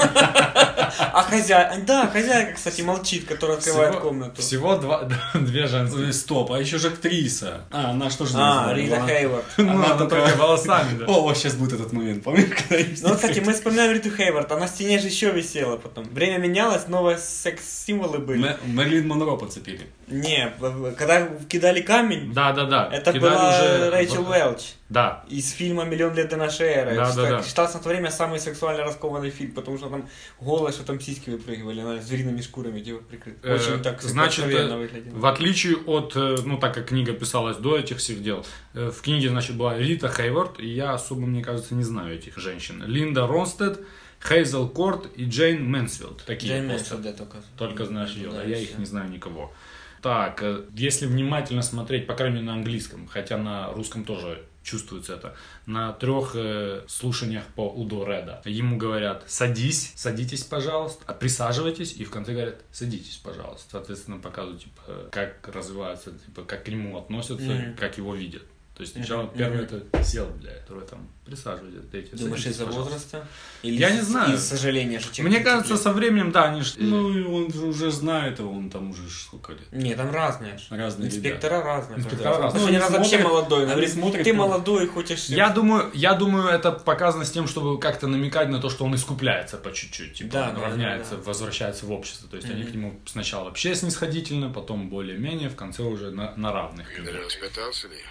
А хозяйка, кстати, молчит, которая открывает комнату. Всего 2 женщины. Стоп, а еще же актриса. А, она что же А, называли? Рита Она- Хейворд. Ну, Она она такая- только волосами, да. О, вот сейчас будет этот момент, помнишь, когда их Ну, кстати, мы вспоминаем Риту Хейворд, а на стене же еще висела потом. Время менялось, новые секс-символы были. Мэрилин Монро подцепили. Не, когда кидали камень, Да. это Кидали была уже Рэйчел Уэлч. Да. Из фильма «Миллион лет до нашей эры». Да. Считался на то время самый сексуально раскованный фильм, потому что там голые, что там сиськи выпрыгивали, она звериными шкурами типа прикрыта. Очень так Значит, откровенно выглядело. в отличие от, ну, так как книга писалась до этих всех дел, в книге, значит, была Рита Хейворд, и я особо, мне кажется, не знаю этих женщин. Линда Ронстед, Хейзел Корт и Джейн Мэнсфилд. Такие Джейн просто. Мэнсфилд, да, Только знаешь ее, да, я их все. не знаю никого. Так, если внимательно смотреть, по крайней мере, на английском, хотя на русском тоже чувствуется это, на 3 слушаниях по УДО Реда ему говорят: садитесь, пожалуйста, а присаживайтесь, и в конце говорят: садитесь, пожалуйста. Соответственно, показывают, типа, как развивается, типа, как к нему относятся, как его видят. То есть сначала первый это сел, блядь, второй там присаживайся, третий. Думаешь, из-за возраста? Или я не знаю. Из сожаления, что человек... Мне кажется, со временем, да, они... Ну, и он же уже знает его, он там уже сколько лет. Не, там разные. Разные Инспектора разные. Инспектора разные. Ну, один раз вообще смотрят, молодой. они Говорит, смотрят, ты ну, молодой, хочешь... Я думаю, это показано с тем, чтобы как-то намекать на то, что он искупляется по чуть-чуть, типа, Да, он да, равняется, да. возвращается в общество. То есть они к нему сначала вообще снисходительно, потом более-менее, в конце уже на равных. Перевоспитался ли?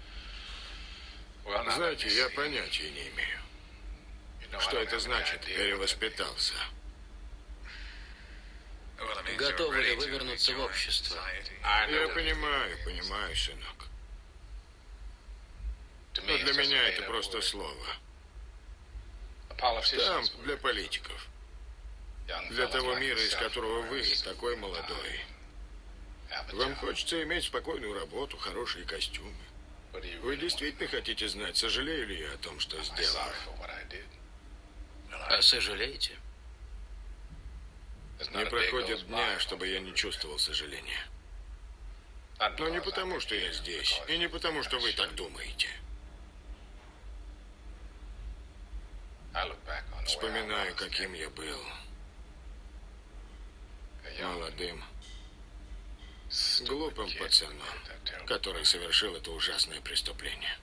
Знаете, я понятия не имею. Что это значит, перевоспитался? Готовы ли вы вернуться в общество? Я понимаю, сынок. Но для меня это просто слово. Там для политиков. Для того мира, из которого вы такой молодой. Вам хочется иметь спокойную работу, хорошие костюмы. Вы действительно хотите знать, сожалею ли я о том, что сделал? А сожалеете? Не проходит дня, чтобы я не чувствовал сожаления. Но не потому, что я здесь, и не потому, что вы так думаете. Вспоминаю, каким я был. Молодым, глупым пацаном, который совершил это ужасное преступление.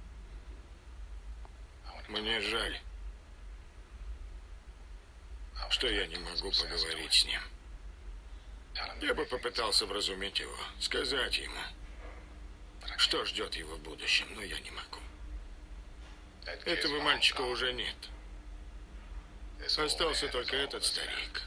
Мне жаль, что я не могу поговорить с ним. Я бы попытался вразумить его, сказать ему, что ждет его в будущем, но я не могу. Этого мальчика уже нет. Остался только этот старик.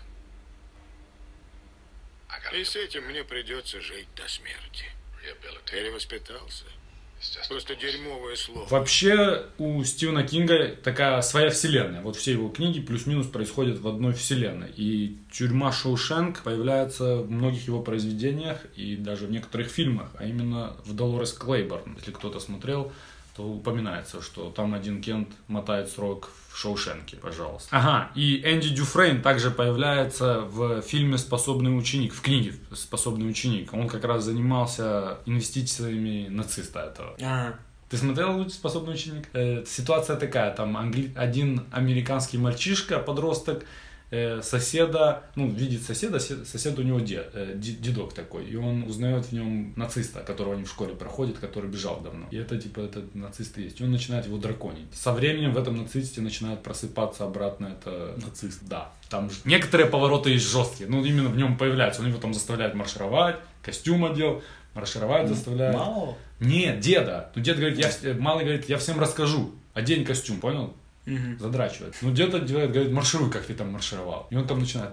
И с этим мне придется жить до смерти. Перевоспитался. Просто дерьмовое слово. Вообще у Стивена Кинга такая своя вселенная. Вот все его книги плюс-минус происходят в одной вселенной. И тюрьма Шоушенк появляется в многих его произведениях и даже в некоторых фильмах. А именно в Долорес Клейборн. Если кто-то смотрел, то упоминается, что там один Кент мотает срок в Шоушенке, пожалуйста. Ага, и Энди Дюфрейн также появляется в фильме «Способный ученик», в книге «Способный ученик». Он как раз занимался инвестициями нациста этого. Ты смотрел «Способный ученик»? Ситуация такая, там один американский мальчишка, подросток, соседа, видит соседа, сосед у него дедок такой, и он узнает в нем нациста, которого они в школе проходят, который бежал давно. И это этот нацист есть. И он начинает его драконить. Со временем в этом нацисте начинает просыпаться обратно это нацист. Да. Там некоторые повороты есть жесткие, именно в нем появляются. Он его там заставляет маршировать, костюм одел, маршировать заставляет. Мало? Нет, деда. Дед говорит, малый говорит, я всем расскажу. Одень костюм, понял? Задрачивает. Дед говорит, маршируй, как ты там маршировал. И он там начинает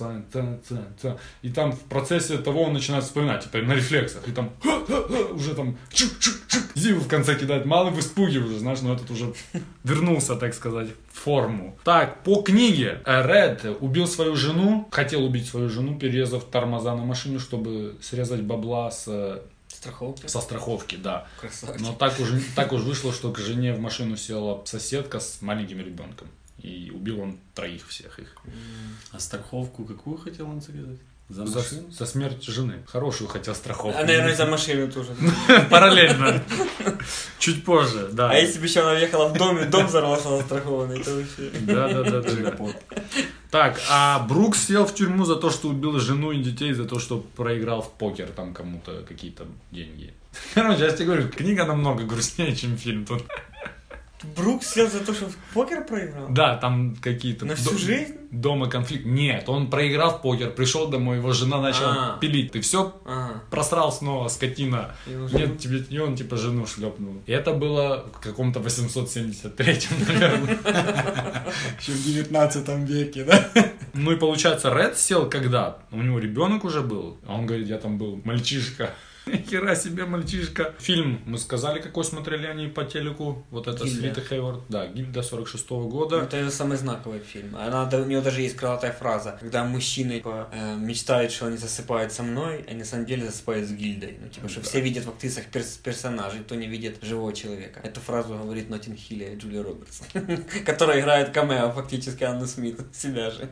и там в процессе того он начинает вспоминать, типа на рефлексах. И там уже там Зиву в конце кидает. Малый в испуге уже, знаешь, но этот уже вернулся, так сказать, в форму. Так, по книге Ред убил свою жену, хотел убить свою жену, перерезав тормоза на машине, чтобы срезать бабла со страховки, да. Красавчик. Но так уж вышло, что к жене в машину села соседка с маленьким ребенком. И убил он троих всех их. А страховку какую хотел он заказать? За За машину? смерть жены. Хорошую хотел страховку. А, наверное, за машину тоже. Параллельно. Чуть позже, да. А если бы еще она въехала в дом, и дом взорвался застрахованный, то вообще... Да. Так, а Брукс сел в тюрьму за то, что убил жену и детей, за то, что проиграл в покер там кому-то какие-то деньги. Короче, я тебе говорю, книга намного грустнее, чем фильм тут. Брукс сел за то, что в покер проиграл? Да, там какие-то... На всю жизнь? Дома конфликт. Нет, он проиграл в покер, пришел домой, его жена начала пилить. Ты все просрал снова, скотина. Нет, тебе... И он типа жену шлепнул. И это было в каком-то 873-м, наверное. Еще в 19 веке, да? Ну и получается, Ред сел когда? У него ребенок уже был. А он говорит, я там был мальчишка. Хера себе, мальчишка. Фильм, мы сказали, какой смотрели они по телеку. Вот это с Ритой Хейворд. Да, Гильда 46-го года. Это самый знаковый фильм. У него даже есть крылатая фраза, когда мужчины мечтают, что они засыпают со мной, а на самом деле засыпают с Гильдой. Что все видят в актрисах персонажей, кто не видит живого человека. Эту фразу говорит Ноттинг Хилли Джулия Робертс, которая играет камео фактически Анны Смит, себя же.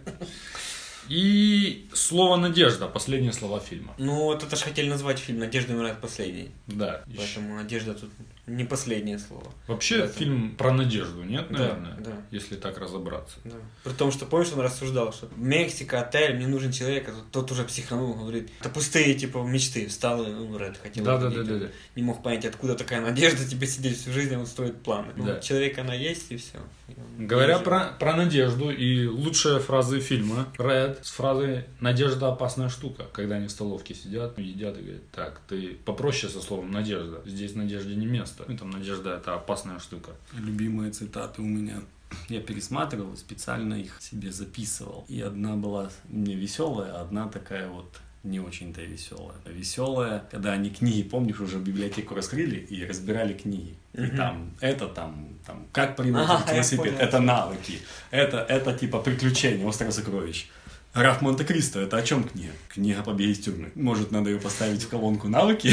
И слово «Надежда», последние слова фильма. Ну, вот это же хотели назвать фильм «Надежда умирает последней». Да. Поэтому Надежда тут не последнее слово. Вообще фильм про надежду, нет, наверное? Да. Если так разобраться. Да. При том, что, помнишь, он рассуждал, что Мексика, отель, мне нужен человек, а тот уже психанул, говорит, это пустые, типа, мечты. Встал и, Ред хотел Да. не мог понять, откуда такая надежда тебе сидеть всю жизнь, а он строит планы. Да. Человек она есть, и все. Говоря про надежду, и лучшая фраза фильма Ред с фразой «Надежда опасная штука», когда они в столовке сидят, едят и говорят: так, ты попроще со словом «надежда», здесь надежде не место. И там надежда — это опасная штука. Любимые цитаты у меня. Я пересматривал, специально их себе записывал. И одна была не веселая, а одна такая вот не очень-то веселая. Веселая, когда они книги, помнишь, уже библиотеку раскрыли и разбирали книги. И там, как принимать велосипед, это навыки, это типа приключения, остров сокровищ. Граф Монте-Кристо, это о чем книга? Книга «Побег из тюрьмы». Может, надо ее поставить в колонку навыки?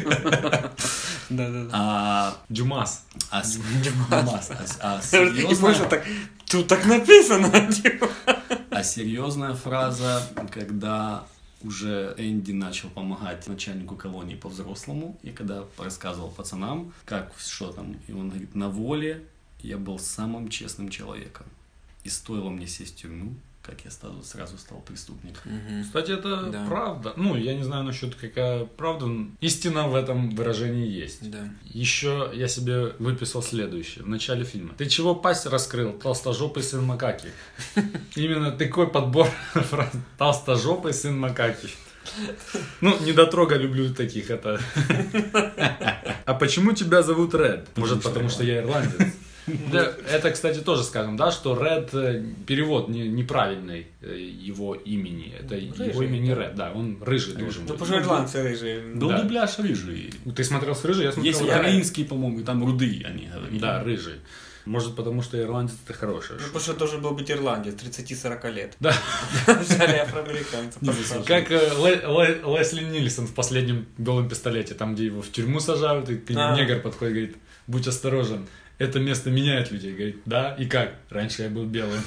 Да. Дюмас. Дюмас. И больше так, тут так написано. А серьезная фраза, когда уже Энди начал помогать начальнику колонии по-взрослому, и когда рассказывал пацанам, что там, и он говорит: на воле я был самым честным человеком. И стоило мне сесть в тюрьму, как я сразу стал преступником. Кстати, это правда. Ну, я не знаю насчет какая правда. Истина в этом выражении есть. Да. Еще я себе выписал следующее в начале фильма. Ты чего пасть раскрыл, толстожопый сын макаки? Именно такой подбор фраз. Толстожопый сын макаки. Ну, недотрога, люблю таких. Это. А почему тебя зовут Ред? Может, потому что я ирландец? Да, это, кстати, тоже скажем, да, что Ред, перевод неправильный его имени. Это рыжий, его имя не Ред, да, он рыжий должен быть. Ну, потому что ирландцы рыжие. Был дубляж рыжий. Ты смотрел с рыжий? Я смотрел. Есть украинские, по-моему, там руды они говорили. Да, рыжий. Может, потому что ирландец это хорошее. Ну, потому что должен был быть ирландец, 30-40 лет. Да. Взяли афроамериканцев. Как Лесли Нильсон в последнем «Голом пистолете», там, где его в тюрьму сажают, и негр подходит и говорит: будь осторожен. Это место меняет людей. Говорит: да, и как? Раньше я был белым.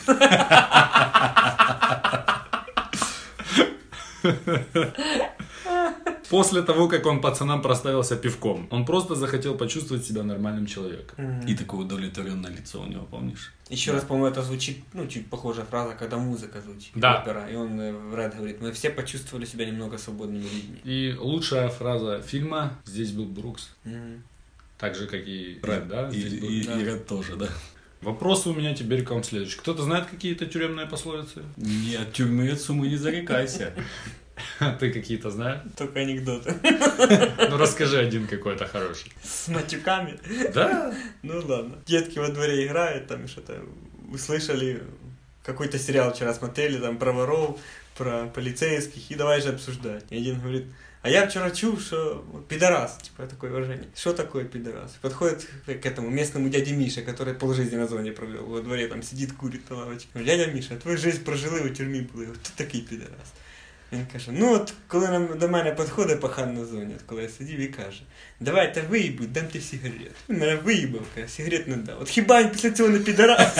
После того, как он пацанам проставился пивком, он просто захотел почувствовать себя нормальным человеком. И такое удовлетворенное лицо у него, помнишь? Еще раз, по-моему, это звучит, чуть похожая фраза, когда музыка звучит. Да. Опера. И он, Ред, говорит: мы все почувствовали себя немного свободными людьми. И лучшая фраза фильма: здесь был Брукс. Так же, как и Ред, да? И Ред тоже, да. Вопросы у меня теперь к вам следующие. Кто-то знает какие-то тюремные пословицы? Нет, тюрьмы от сумы не зарекайся. Ты какие-то знаешь? Только анекдоты. Ну, расскажи один какой-то хороший. С матюками? Да. Ну, ладно. Детки во дворе играют, там что-то... Вы слышали, какой-то сериал вчера смотрели, там, про воров, про полицейских, и давай же обсуждать. И один говорит: а я вчера чув, что пидорас, типа такое выражение. Что такое пидорас? Подходит к этому местному дяде Мише, который полжизни на зоне провел. Во дворе там сидит, курит на лавочке. Дядя Миша, твою жизнь прожили, у тюрмі були. Хто такий пидорас? Він каже: ну от, коли до мене підходить пахан на зоні, от коли я сидів, і каже: давайте виїбуть, дам ти сигарет. Він мене виїбав, каже, сигарет не дав. От хіба він після цього не підорас?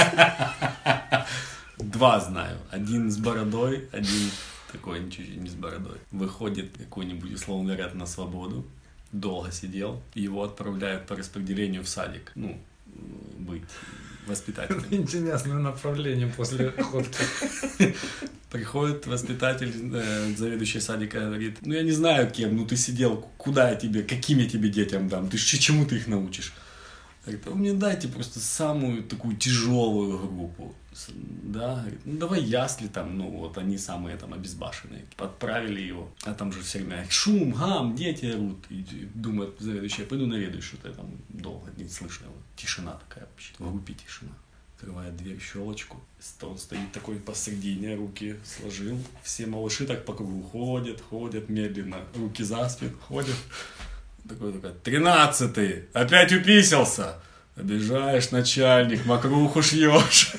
Два знаю. Один с бородой, один такой чуть-чуть не с бородой. Выходит какой-нибудь, условно говоря, на свободу, долго сидел, и его отправляют по распределению в садик. Ну, быть воспитателем. Интересное направление после ходки. Приходит воспитатель, заведующий садика, говорит: ну я не знаю кем, ну ты сидел, куда я тебе, каким я тебе детям дам, ты чему ты их научишь? Говорит: а мне дайте просто самую такую тяжелую группу. Да, говорит: ну давай ясли там, ну вот они самые там обезбашенные. Отправили его, а там же все время шум, гам, дети орут. И думает заведующий: я пойду наведаю, что-то там долго не слышно. Вот, тишина такая вообще, в группе тишина. Открывает дверь, щелочку, он стоит такой посредине, руки сложил. Все малыши так по кругу ходят медленно, руки за спину, ходят. Такой: 13-й, опять уписался. Обижаешь, начальник, мокруху шьешь.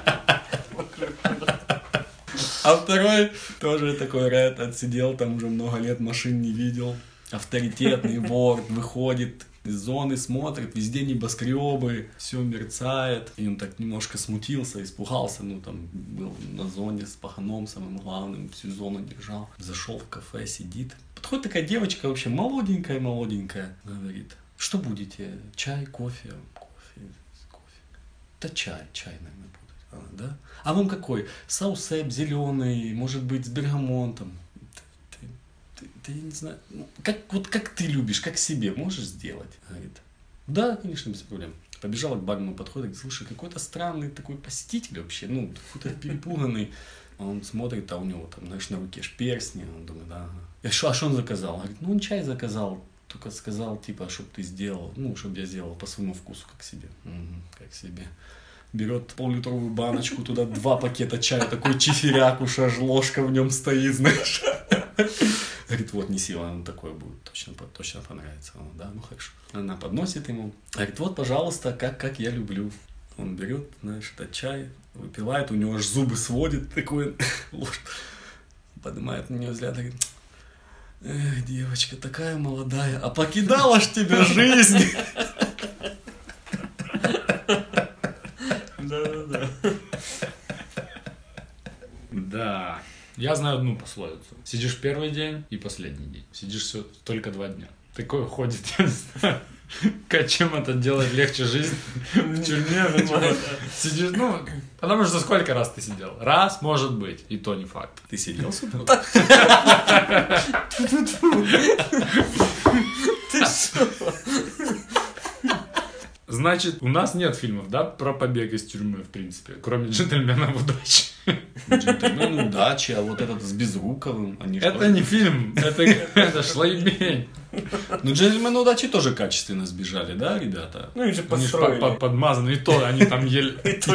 А второй тоже такой Ред, отсидел там уже много лет, машин не видел. Авторитетный вор, выходит из зоны, смотрит, везде небоскребы, все мерцает. И он так немножко смутился, испугался, ну там был на зоне с паханом самым главным, всю зону держал. Зашел в кафе, сидит. Подходит такая девочка вообще молоденькая, говорит: Что будете? Чай, кофе? Кофе. Да чай, наверное, будет. Да? А вам какой? Саусеп зеленый, может быть, с бергамонтом. Ты я не знаю, как ты любишь, как себе можешь сделать? Говорит, да, конечно, без проблем. Побежала к бармену, подходит, говорит, слушай, какой-то странный такой посетитель вообще, какой-то перепуганный. Он смотрит, а у него там, знаешь, на руке перстни. Он думает, ага. А что он заказал? Он говорит, он чай заказал, только сказал, типа, чтобы ты сделал, чтобы я сделал по своему вкусу, как себе. Как себе. Берет пол-литровую баночку, туда 2 пакета чая, такой чифиряк уж, аж ложка в нем стоит, знаешь. Говорит, вот, неси, он такой будет, точно понравится. Он, да, хорошо. Она подносит ему, говорит, вот, пожалуйста, как я люблю. Он берет, знаешь, этот чай, выпивает, у него аж зубы сводит, такой ложь. Поднимает на нее взгляд, говорит, эх, девочка, такая молодая, а покидала ж тебя жизнь. Да. Да. Я знаю одну пословицу. Сидишь первый день и последний день. Сидишь все только 2 дня. Такое ходит, я не знаю. Чем это делает легче жизнь в тюрьме? Сидишь, потому что сколько раз ты сидел? Раз, может быть, и то не факт. Ты сидел сюда? Ты что? Значит, у нас нет фильмов, да, про побег из тюрьмы, в принципе, кроме «Джентльменов удачи». «Джентльмены удачи», а вот этот с Безруковым, они что? Это не фильм, это шлейбень. «Джентльмены удачи» тоже качественно сбежали, да, ребята? Их же Они же построили. подмазаны, и то они там еле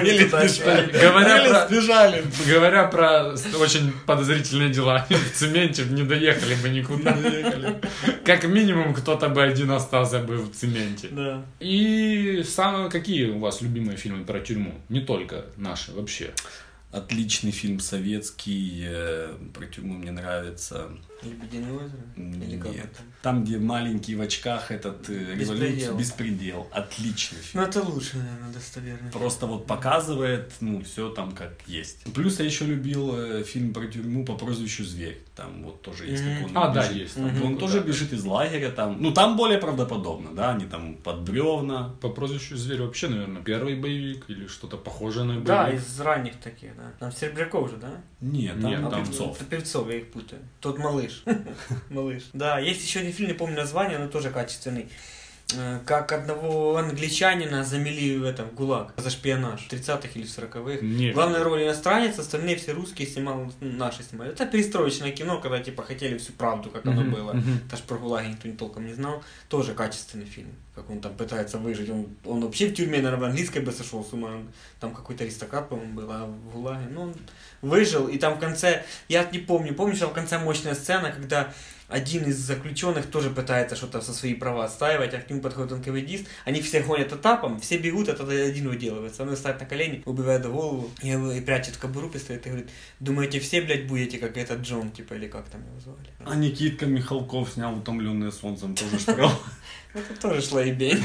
Еле сбежали. Говоря про очень подозрительные дела, они в цементе не доехали бы никуда. Как минимум, кто-то бы один остался бы в цементе. Да. И какие у вас любимые фильмы про тюрьму? Не только наши, вообще. Отличный фильм советский, про тюрьму мне нравится. «Лебединое озеро»? Или как Нет. это? Там, где маленький в очках, этот революция, беспредел. Отличный фильм. Это лучше, наверное, достоверно. Просто вот показывает, все там как есть. Плюс я еще любил фильм про тюрьму по прозвищу «Зверь». Там вот тоже есть, как он бежит. есть. Он тоже бежит из лагеря там. Там более правдоподобно, да, они там под бревна. По прозвищу «Зверь» вообще, наверное, первый боевик или что-то похожее на боевик. Да, из ранних таких, да. Там Серебряков же, да? Нет, там Певцов. Это Певцов, я их путаю. Тот малыш. Малыш. Да, есть еще один фильм, не помню название, но тоже качественный. Как одного англичанина замели в ГУЛАГ за шпионаж в 30-х или в 40-х. Главная роль иностранец, остальные все русские наши снимали. Это перестроечное кино, когда типа хотели всю правду, как оно было. Даже про ГУЛАГи никто толком не знал. Тоже качественный фильм. Как он там пытается выжить. Он вообще в тюрьме, наверное, в английской бы сошел с ума. Там какой-то аристократ, по-моему, был, а в ГУЛАГе. Он выжил. И там в конце, я не помню, помнишь, там в конце мощная сцена, когда один из заключенных тоже пытается что-то со свои права отстаивать, а к нему подходит НКВДист, они все гонят этапом, все бегут, а тогда один выделывается. Он встает на колени, убивает голову и прячет кобуру, пистолет и говорит, думаете, все, блядь, будете, как этот Джон, типа, или как там его звали? А Никитка Михалков снял «Утомленные солнцем», тоже шпрал. Это тоже шлейбень.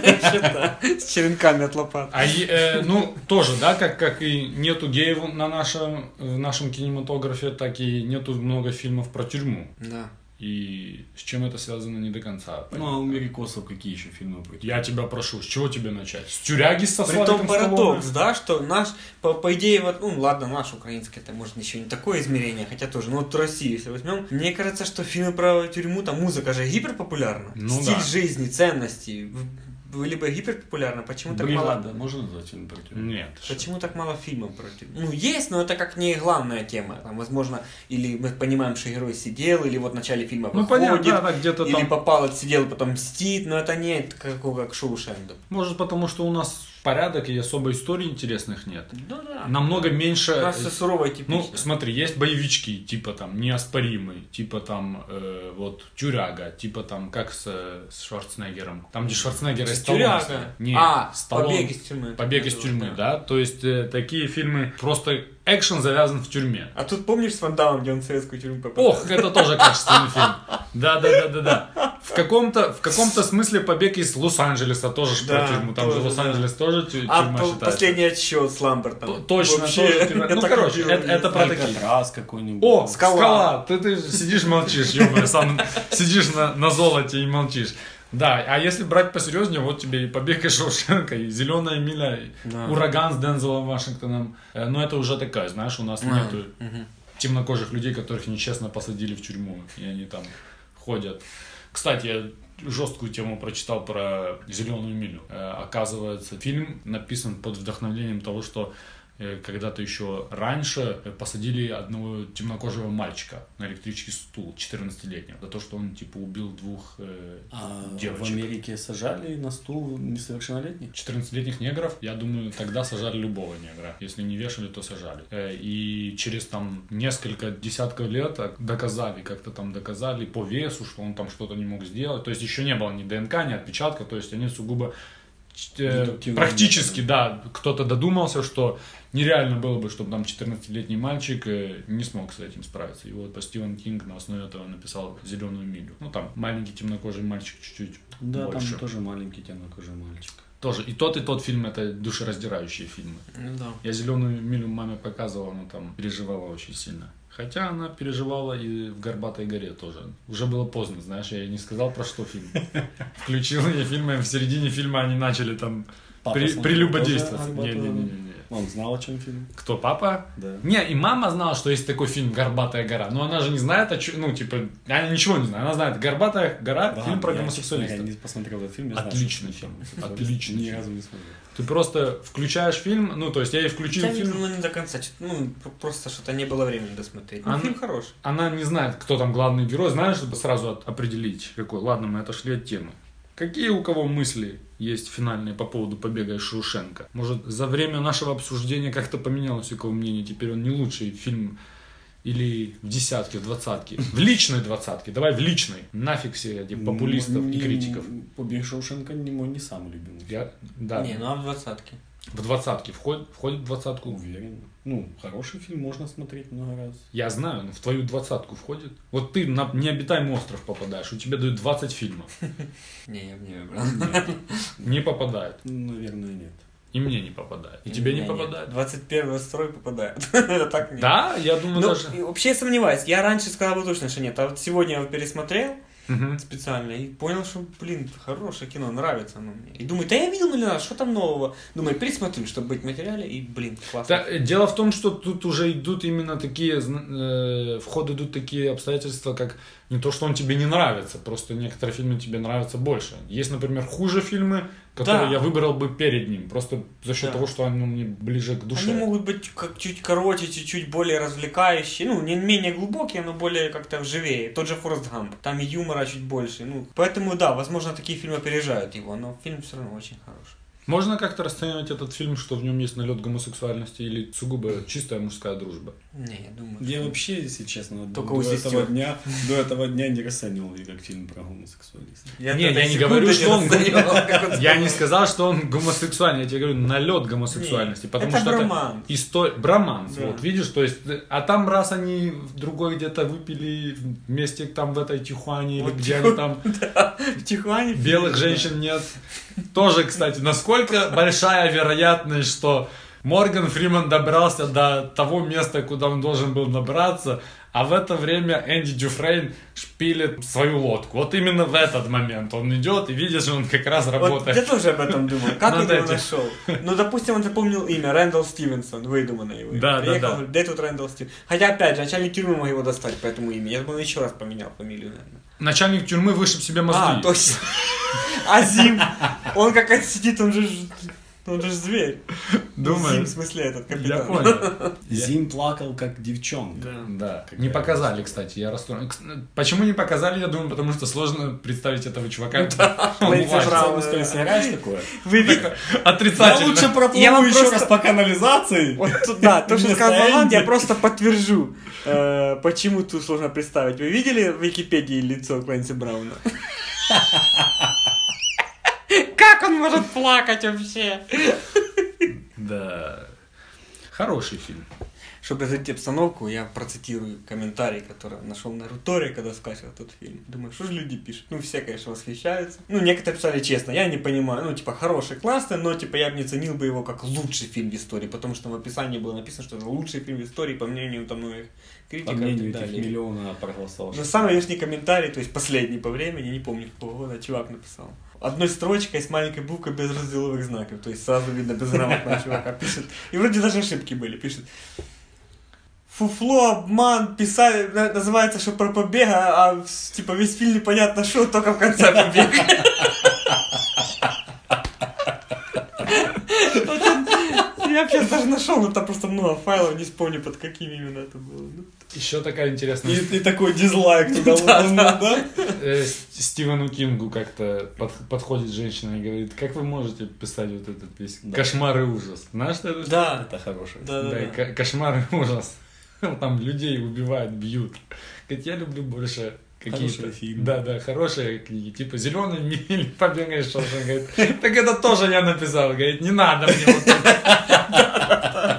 С черенками от лопат. Тоже, да, как и нету геев в нашем кинематографе, так и нету много фильмов про тюрьму. Да. И с чем это связано, не до конца. А у америкосов какие еще фильмы про тюрьму? Я тебя прошу, с чего тебе начать? С «Тюряги» со Притом парадокс, да, что наш, по идее, ладно, наш украинский, это может еще не такое измерение, хотя тоже, но вот Россию, если возьмем, мне кажется, что фильмы про тюрьму, там музыка же гиперпопулярна. Стиль жизни, ценности, либо гиперпопулярно, почему так мало... Бригада, можно назвать фильм про тюрьму? Нет. Почему так мало фильмов про тюрьму? Есть, но это как не главная тема. Там, возможно, или мы понимаем, что герой сидел, или вот в начале фильма выходит, понятно, да, где-то или там... попал, отсидел, потом мстит, но это не такого, как Шоушенк. Может, потому что у нас порядок и особо историй интересных нет. Ну да. Намного меньше... У нас все сурово и типично. Смотри, есть боевички, типа там «Неоспоримый», типа там «Тюряга», типа там как с Шварценеггером. Там, где Шварценеггер из «Тюряга». «Побег из тюрьмы». «Побег из тюрьмы», да. То есть такие фильмы, просто экшен завязан в тюрьме. А тут помнишь с Ван Даммом, где он в советскую тюрьму попал? Ох, это тоже качественный фильм. Да. В каком-то смысле «Побег из Лос-Анджелеса» тоже про тюрьму. Там же Лос-Анджелес тоже тюрьма считается. «Последний отсчет» с Ламбертом. Точно, тоже тюрьма. Это про такие. Алькатрас какой-нибудь. О, «Скала». Ты сидишь, молчишь, ё-моё, сам сидишь на золоте и молчишь. Да, а если брать посерьезнее, вот тебе и «Побег из Шоушенка», и «Зеленая миля», и «Ураган» с Дензелом Вашингтоном. Но это уже такая, знаешь, у нас нету темнокожих людей, которых нечестно посадили в тюрьму, и они там ходят. Кстати, я жесткую тему прочитал про «Зеленую милю». Оказывается, фильм написан под вдохновением того, что когда-то еще раньше посадили одного темнокожего мальчика на электрический стул, 14-летнего, за то, что он типа убил 2 девочек. В Америке сажали на стул несовершеннолетних? 14-летних негров, я думаю, тогда сажали любого негра. Если не вешали, то сажали. И через там несколько десятков лет доказали по весу, что он там что-то не мог сделать. То есть еще не было ни ДНК, ни отпечатка, то есть они сугубо практически, да, кто-то додумался, что нереально было бы, чтобы там 14-летний мальчик не смог с этим справиться. И вот Стивен Кинг на основе этого написал «Зеленую милю». Ну, там маленький темнокожий мальчик чуть-чуть да, больше. Там тоже маленький темнокожий мальчик. Тоже. И тот фильм — это душераздирающие фильмы. Да. Я «Зеленую милю» маме показывал, она там переживала очень сильно. Хотя она переживала и в «Горбатой горе» тоже. Уже было поздно, знаешь, я ей не сказал, про что фильм. Включил я фильм, и в середине фильма они начали там прелюбодействовать. Не. Он знал, о чем фильм? Кто, папа? Да. Не, и мама знала, что есть такой фильм «Горбатая гора», но она же не знает, она ничего не знает. Она знает «Горбатая гора», да, фильм про гомосексуалистов. Я не посмотрел этот фильм. Отличный фильм. Отличный. Ни разу не смотрел. Ты просто включаешь фильм, то есть я ей включил фильм. Ну, не до конца, просто что-то не было времени досмотреть. Фильм хороший. Она не знает, кто там главный герой, знаешь, чтобы сразу определить, какой. Ладно, мы отошли от темы. Какие у кого мысли есть финальные по поводу «Побега из Шоушенка»? Может, за время нашего обсуждения как-то поменялось у кого мнение? Теперь он не лучший фильм или в десятке, в двадцатке? В личной двадцатке. Давай в личной. Нафиг все эти популистов и критиков. «Побег из Шоушенка» мой не самый любимый. Да. Не, ну а в двадцатке? В двадцатке входит в двадцатку? Уверен. Хороший фильм, можно смотреть много раз. Я знаю, но в твою двадцатку входит. Вот ты на необитаемый остров попадаешь, у тебя дают 20 фильмов. Не, я бы не выбрал. Не попадает. Наверное, нет. И мне не попадает. И тебе не попадает. 21-й строй попадает. Это так нет. Да, я думаю, даже... Вообще я сомневаюсь. Я раньше сказал бы точно, что нет. А вот сегодня я его пересмотрел специально и понял, что, хорошее кино, нравится оно мне. И думаю, да я видел миллион раз, что там нового? Думаю, пересмотрю, чтобы быть в материале, и, классно. Да, дело в том, что тут уже идут именно такие, в ход идут такие обстоятельства, как не то, что он тебе не нравится, просто некоторые фильмы тебе нравятся больше. Есть, например, хуже фильмы, которые я выбрал бы перед ним, просто за счет того, что они мне ближе к душе. Они могут быть чуть короче, чуть более развлекающие, не менее глубокие, но более как-то живее. Тот же «Форрест Гамп», там и юмора чуть больше. Поэтому, да, возможно, такие фильмы опережают его, но фильм все равно очень хороший. Можно как-то расценивать этот фильм, что в нем есть налет гомосексуальности или сугубо чистая мужская дружба? Не, я думаю, я вообще, если честно, только до этого дня не расценивал его как фильм про гомосексуалистов. Я не говорю, что он... Я не сказал, что он гомосексуальный, я тебе говорю, налет гомосексуальности. Потому это что броманс. Это броманс, вот, видишь, то есть, а там раз они другой где-то выпили вместе там в этой Тихуане, или где они там... В Тихуане. Белых женщин нет. Тоже, кстати, насколько большая вероятность, что Морган Фриман добрался до того места, куда он должен был добраться, а в это время Энди Дюфрейн шпилит свою лодку. Вот именно в этот момент он идет и видит, что он как раз работает. Вот я тоже об этом думал. Как он его нашел? Допустим, он запомнил имя Рэндалл Стивенсон, выдуманное его. Да. Приехал, где тут Рэндалл Стивенсон? Хотя, опять же, начальник тюрьмы мог его достать по этому имени. Я думаю, он еще раз поменял фамилию, наверное. Начальник тюрьмы вышиб себе мозги. Точно. Азим. Он как сидит, он же зверь. Думаю. Зим, в смысле, этот капитан. Я понял. Зим плакал, как девчонка. Да. Не показали, кстати, я расстроен. Почему не показали, я думаю, потому что сложно представить этого чувака. Если играешь такое. Отрицательно. Я лучше проплыву еще раз по канализации. Да, то, что сказал Баланд, я просто подтвержу, почему тут сложно представить. Вы видели в Википедии лицо Клэнси Брауна? Как он может плакать вообще? Да. Хороший фильм. Чтобы разрядить обстановку, я процитирую комментарий, который нашел на Руторе, когда скачивал этот фильм. Думаю, что же люди пишут? Ну, все, конечно, восхищаются. Ну, некоторые писали честно, я не понимаю. Ну, типа, хороший, классный, но, типа, я бы не ценил бы его как лучший фильм в истории, потому что в описании было написано, что это лучший фильм в истории, по мнению там многих критиков. По мнению и так этих далее. миллиона проголосовавших. Но самый верхний комментарий, то есть последний по времени, не помню какого года, чувак написал. Одной строчкой с маленькой буквой без разделовых знаков, то есть сразу видно безграмотного чувака пишет. И вроде даже ошибки были, пишет. Фуфло, обман, писали, называется, что про побега, а типа весь фильм непонятно что, только в конце побега. Я сейчас даже нашел, но там просто много файлов, не вспомню, под какими именно это было. Еще такая интересная... И такой дизлайк туда да? Стивену Кингу как-то подходит женщина и говорит, как вы можете писать вот этот весь кошмар и ужас? Знаешь, что это? Да. Это хороший. Да. Кошмар и ужас. Там людей убивают, бьют. Говорит, я люблю больше какие-то... Хорошие фильмы. Да, хорошие книги. Типа «Зеленый миль», «Побег из Шоушенка». Говорит, так это тоже я написал. Говорит, не надо мне вот это.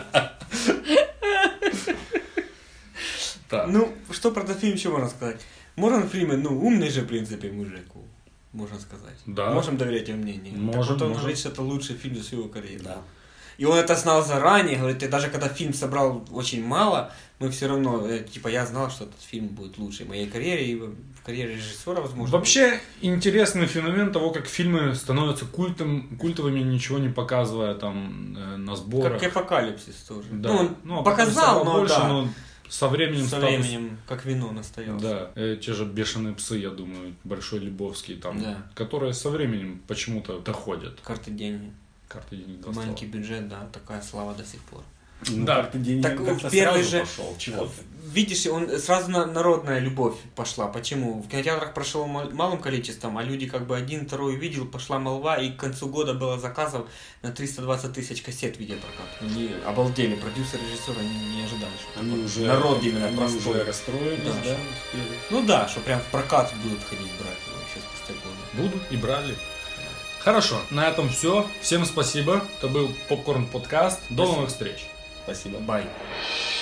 Так. Ну, что про этот фильм еще можно сказать? Морган Фримен, ну, умный же, в принципе, мужик, можно сказать. Да. Можем доверять его мнению. Можем, Так вот он можем. говорит, что это лучший фильм за всю его карьеру. Да. И он это знал заранее, говорит, и даже когда фильм собрал очень мало, мы все равно, типа, я знал, что этот фильм будет лучший в моей карьере и в карьере режиссера, возможно. Вообще интересный феномен того, как фильмы становятся культовыми, ничего не показывая там на сборах. Как «Апокалипсис» тоже. Да. Ну, он показал, но больше, да. но со временем Со временем, как вино настоялся. Да, те же «Бешеные псы», я думаю, Большой Лебовский, там, Да. которые со временем почему-то доходят. Карты деньги. Карты денег достал. Маленький бюджет, да, такая слава до сих пор. Да. Как-то день Так как-то первый сразу же, пошел. Чего ты? видишь, он сразу народная любовь пошла. Почему? В кинотеатрах прошло малым количеством, а люди как бы один, второй увидел, пошла молва, и к концу года было заказов на 320 тысяч кассет видеопрокат. Они обалдели, продюсеры, режиссеры, они не ожидали, что Они такое. уже, народ именно они простой. уже расстроились, Да. да, успели. Ну да, что прям в прокат будут ходить брать его сейчас спустя года. Будут и брали. Хорошо, на этом все. Всем спасибо. Это был Попкорн подкаст. До новых встреч. Спасибо. Бай.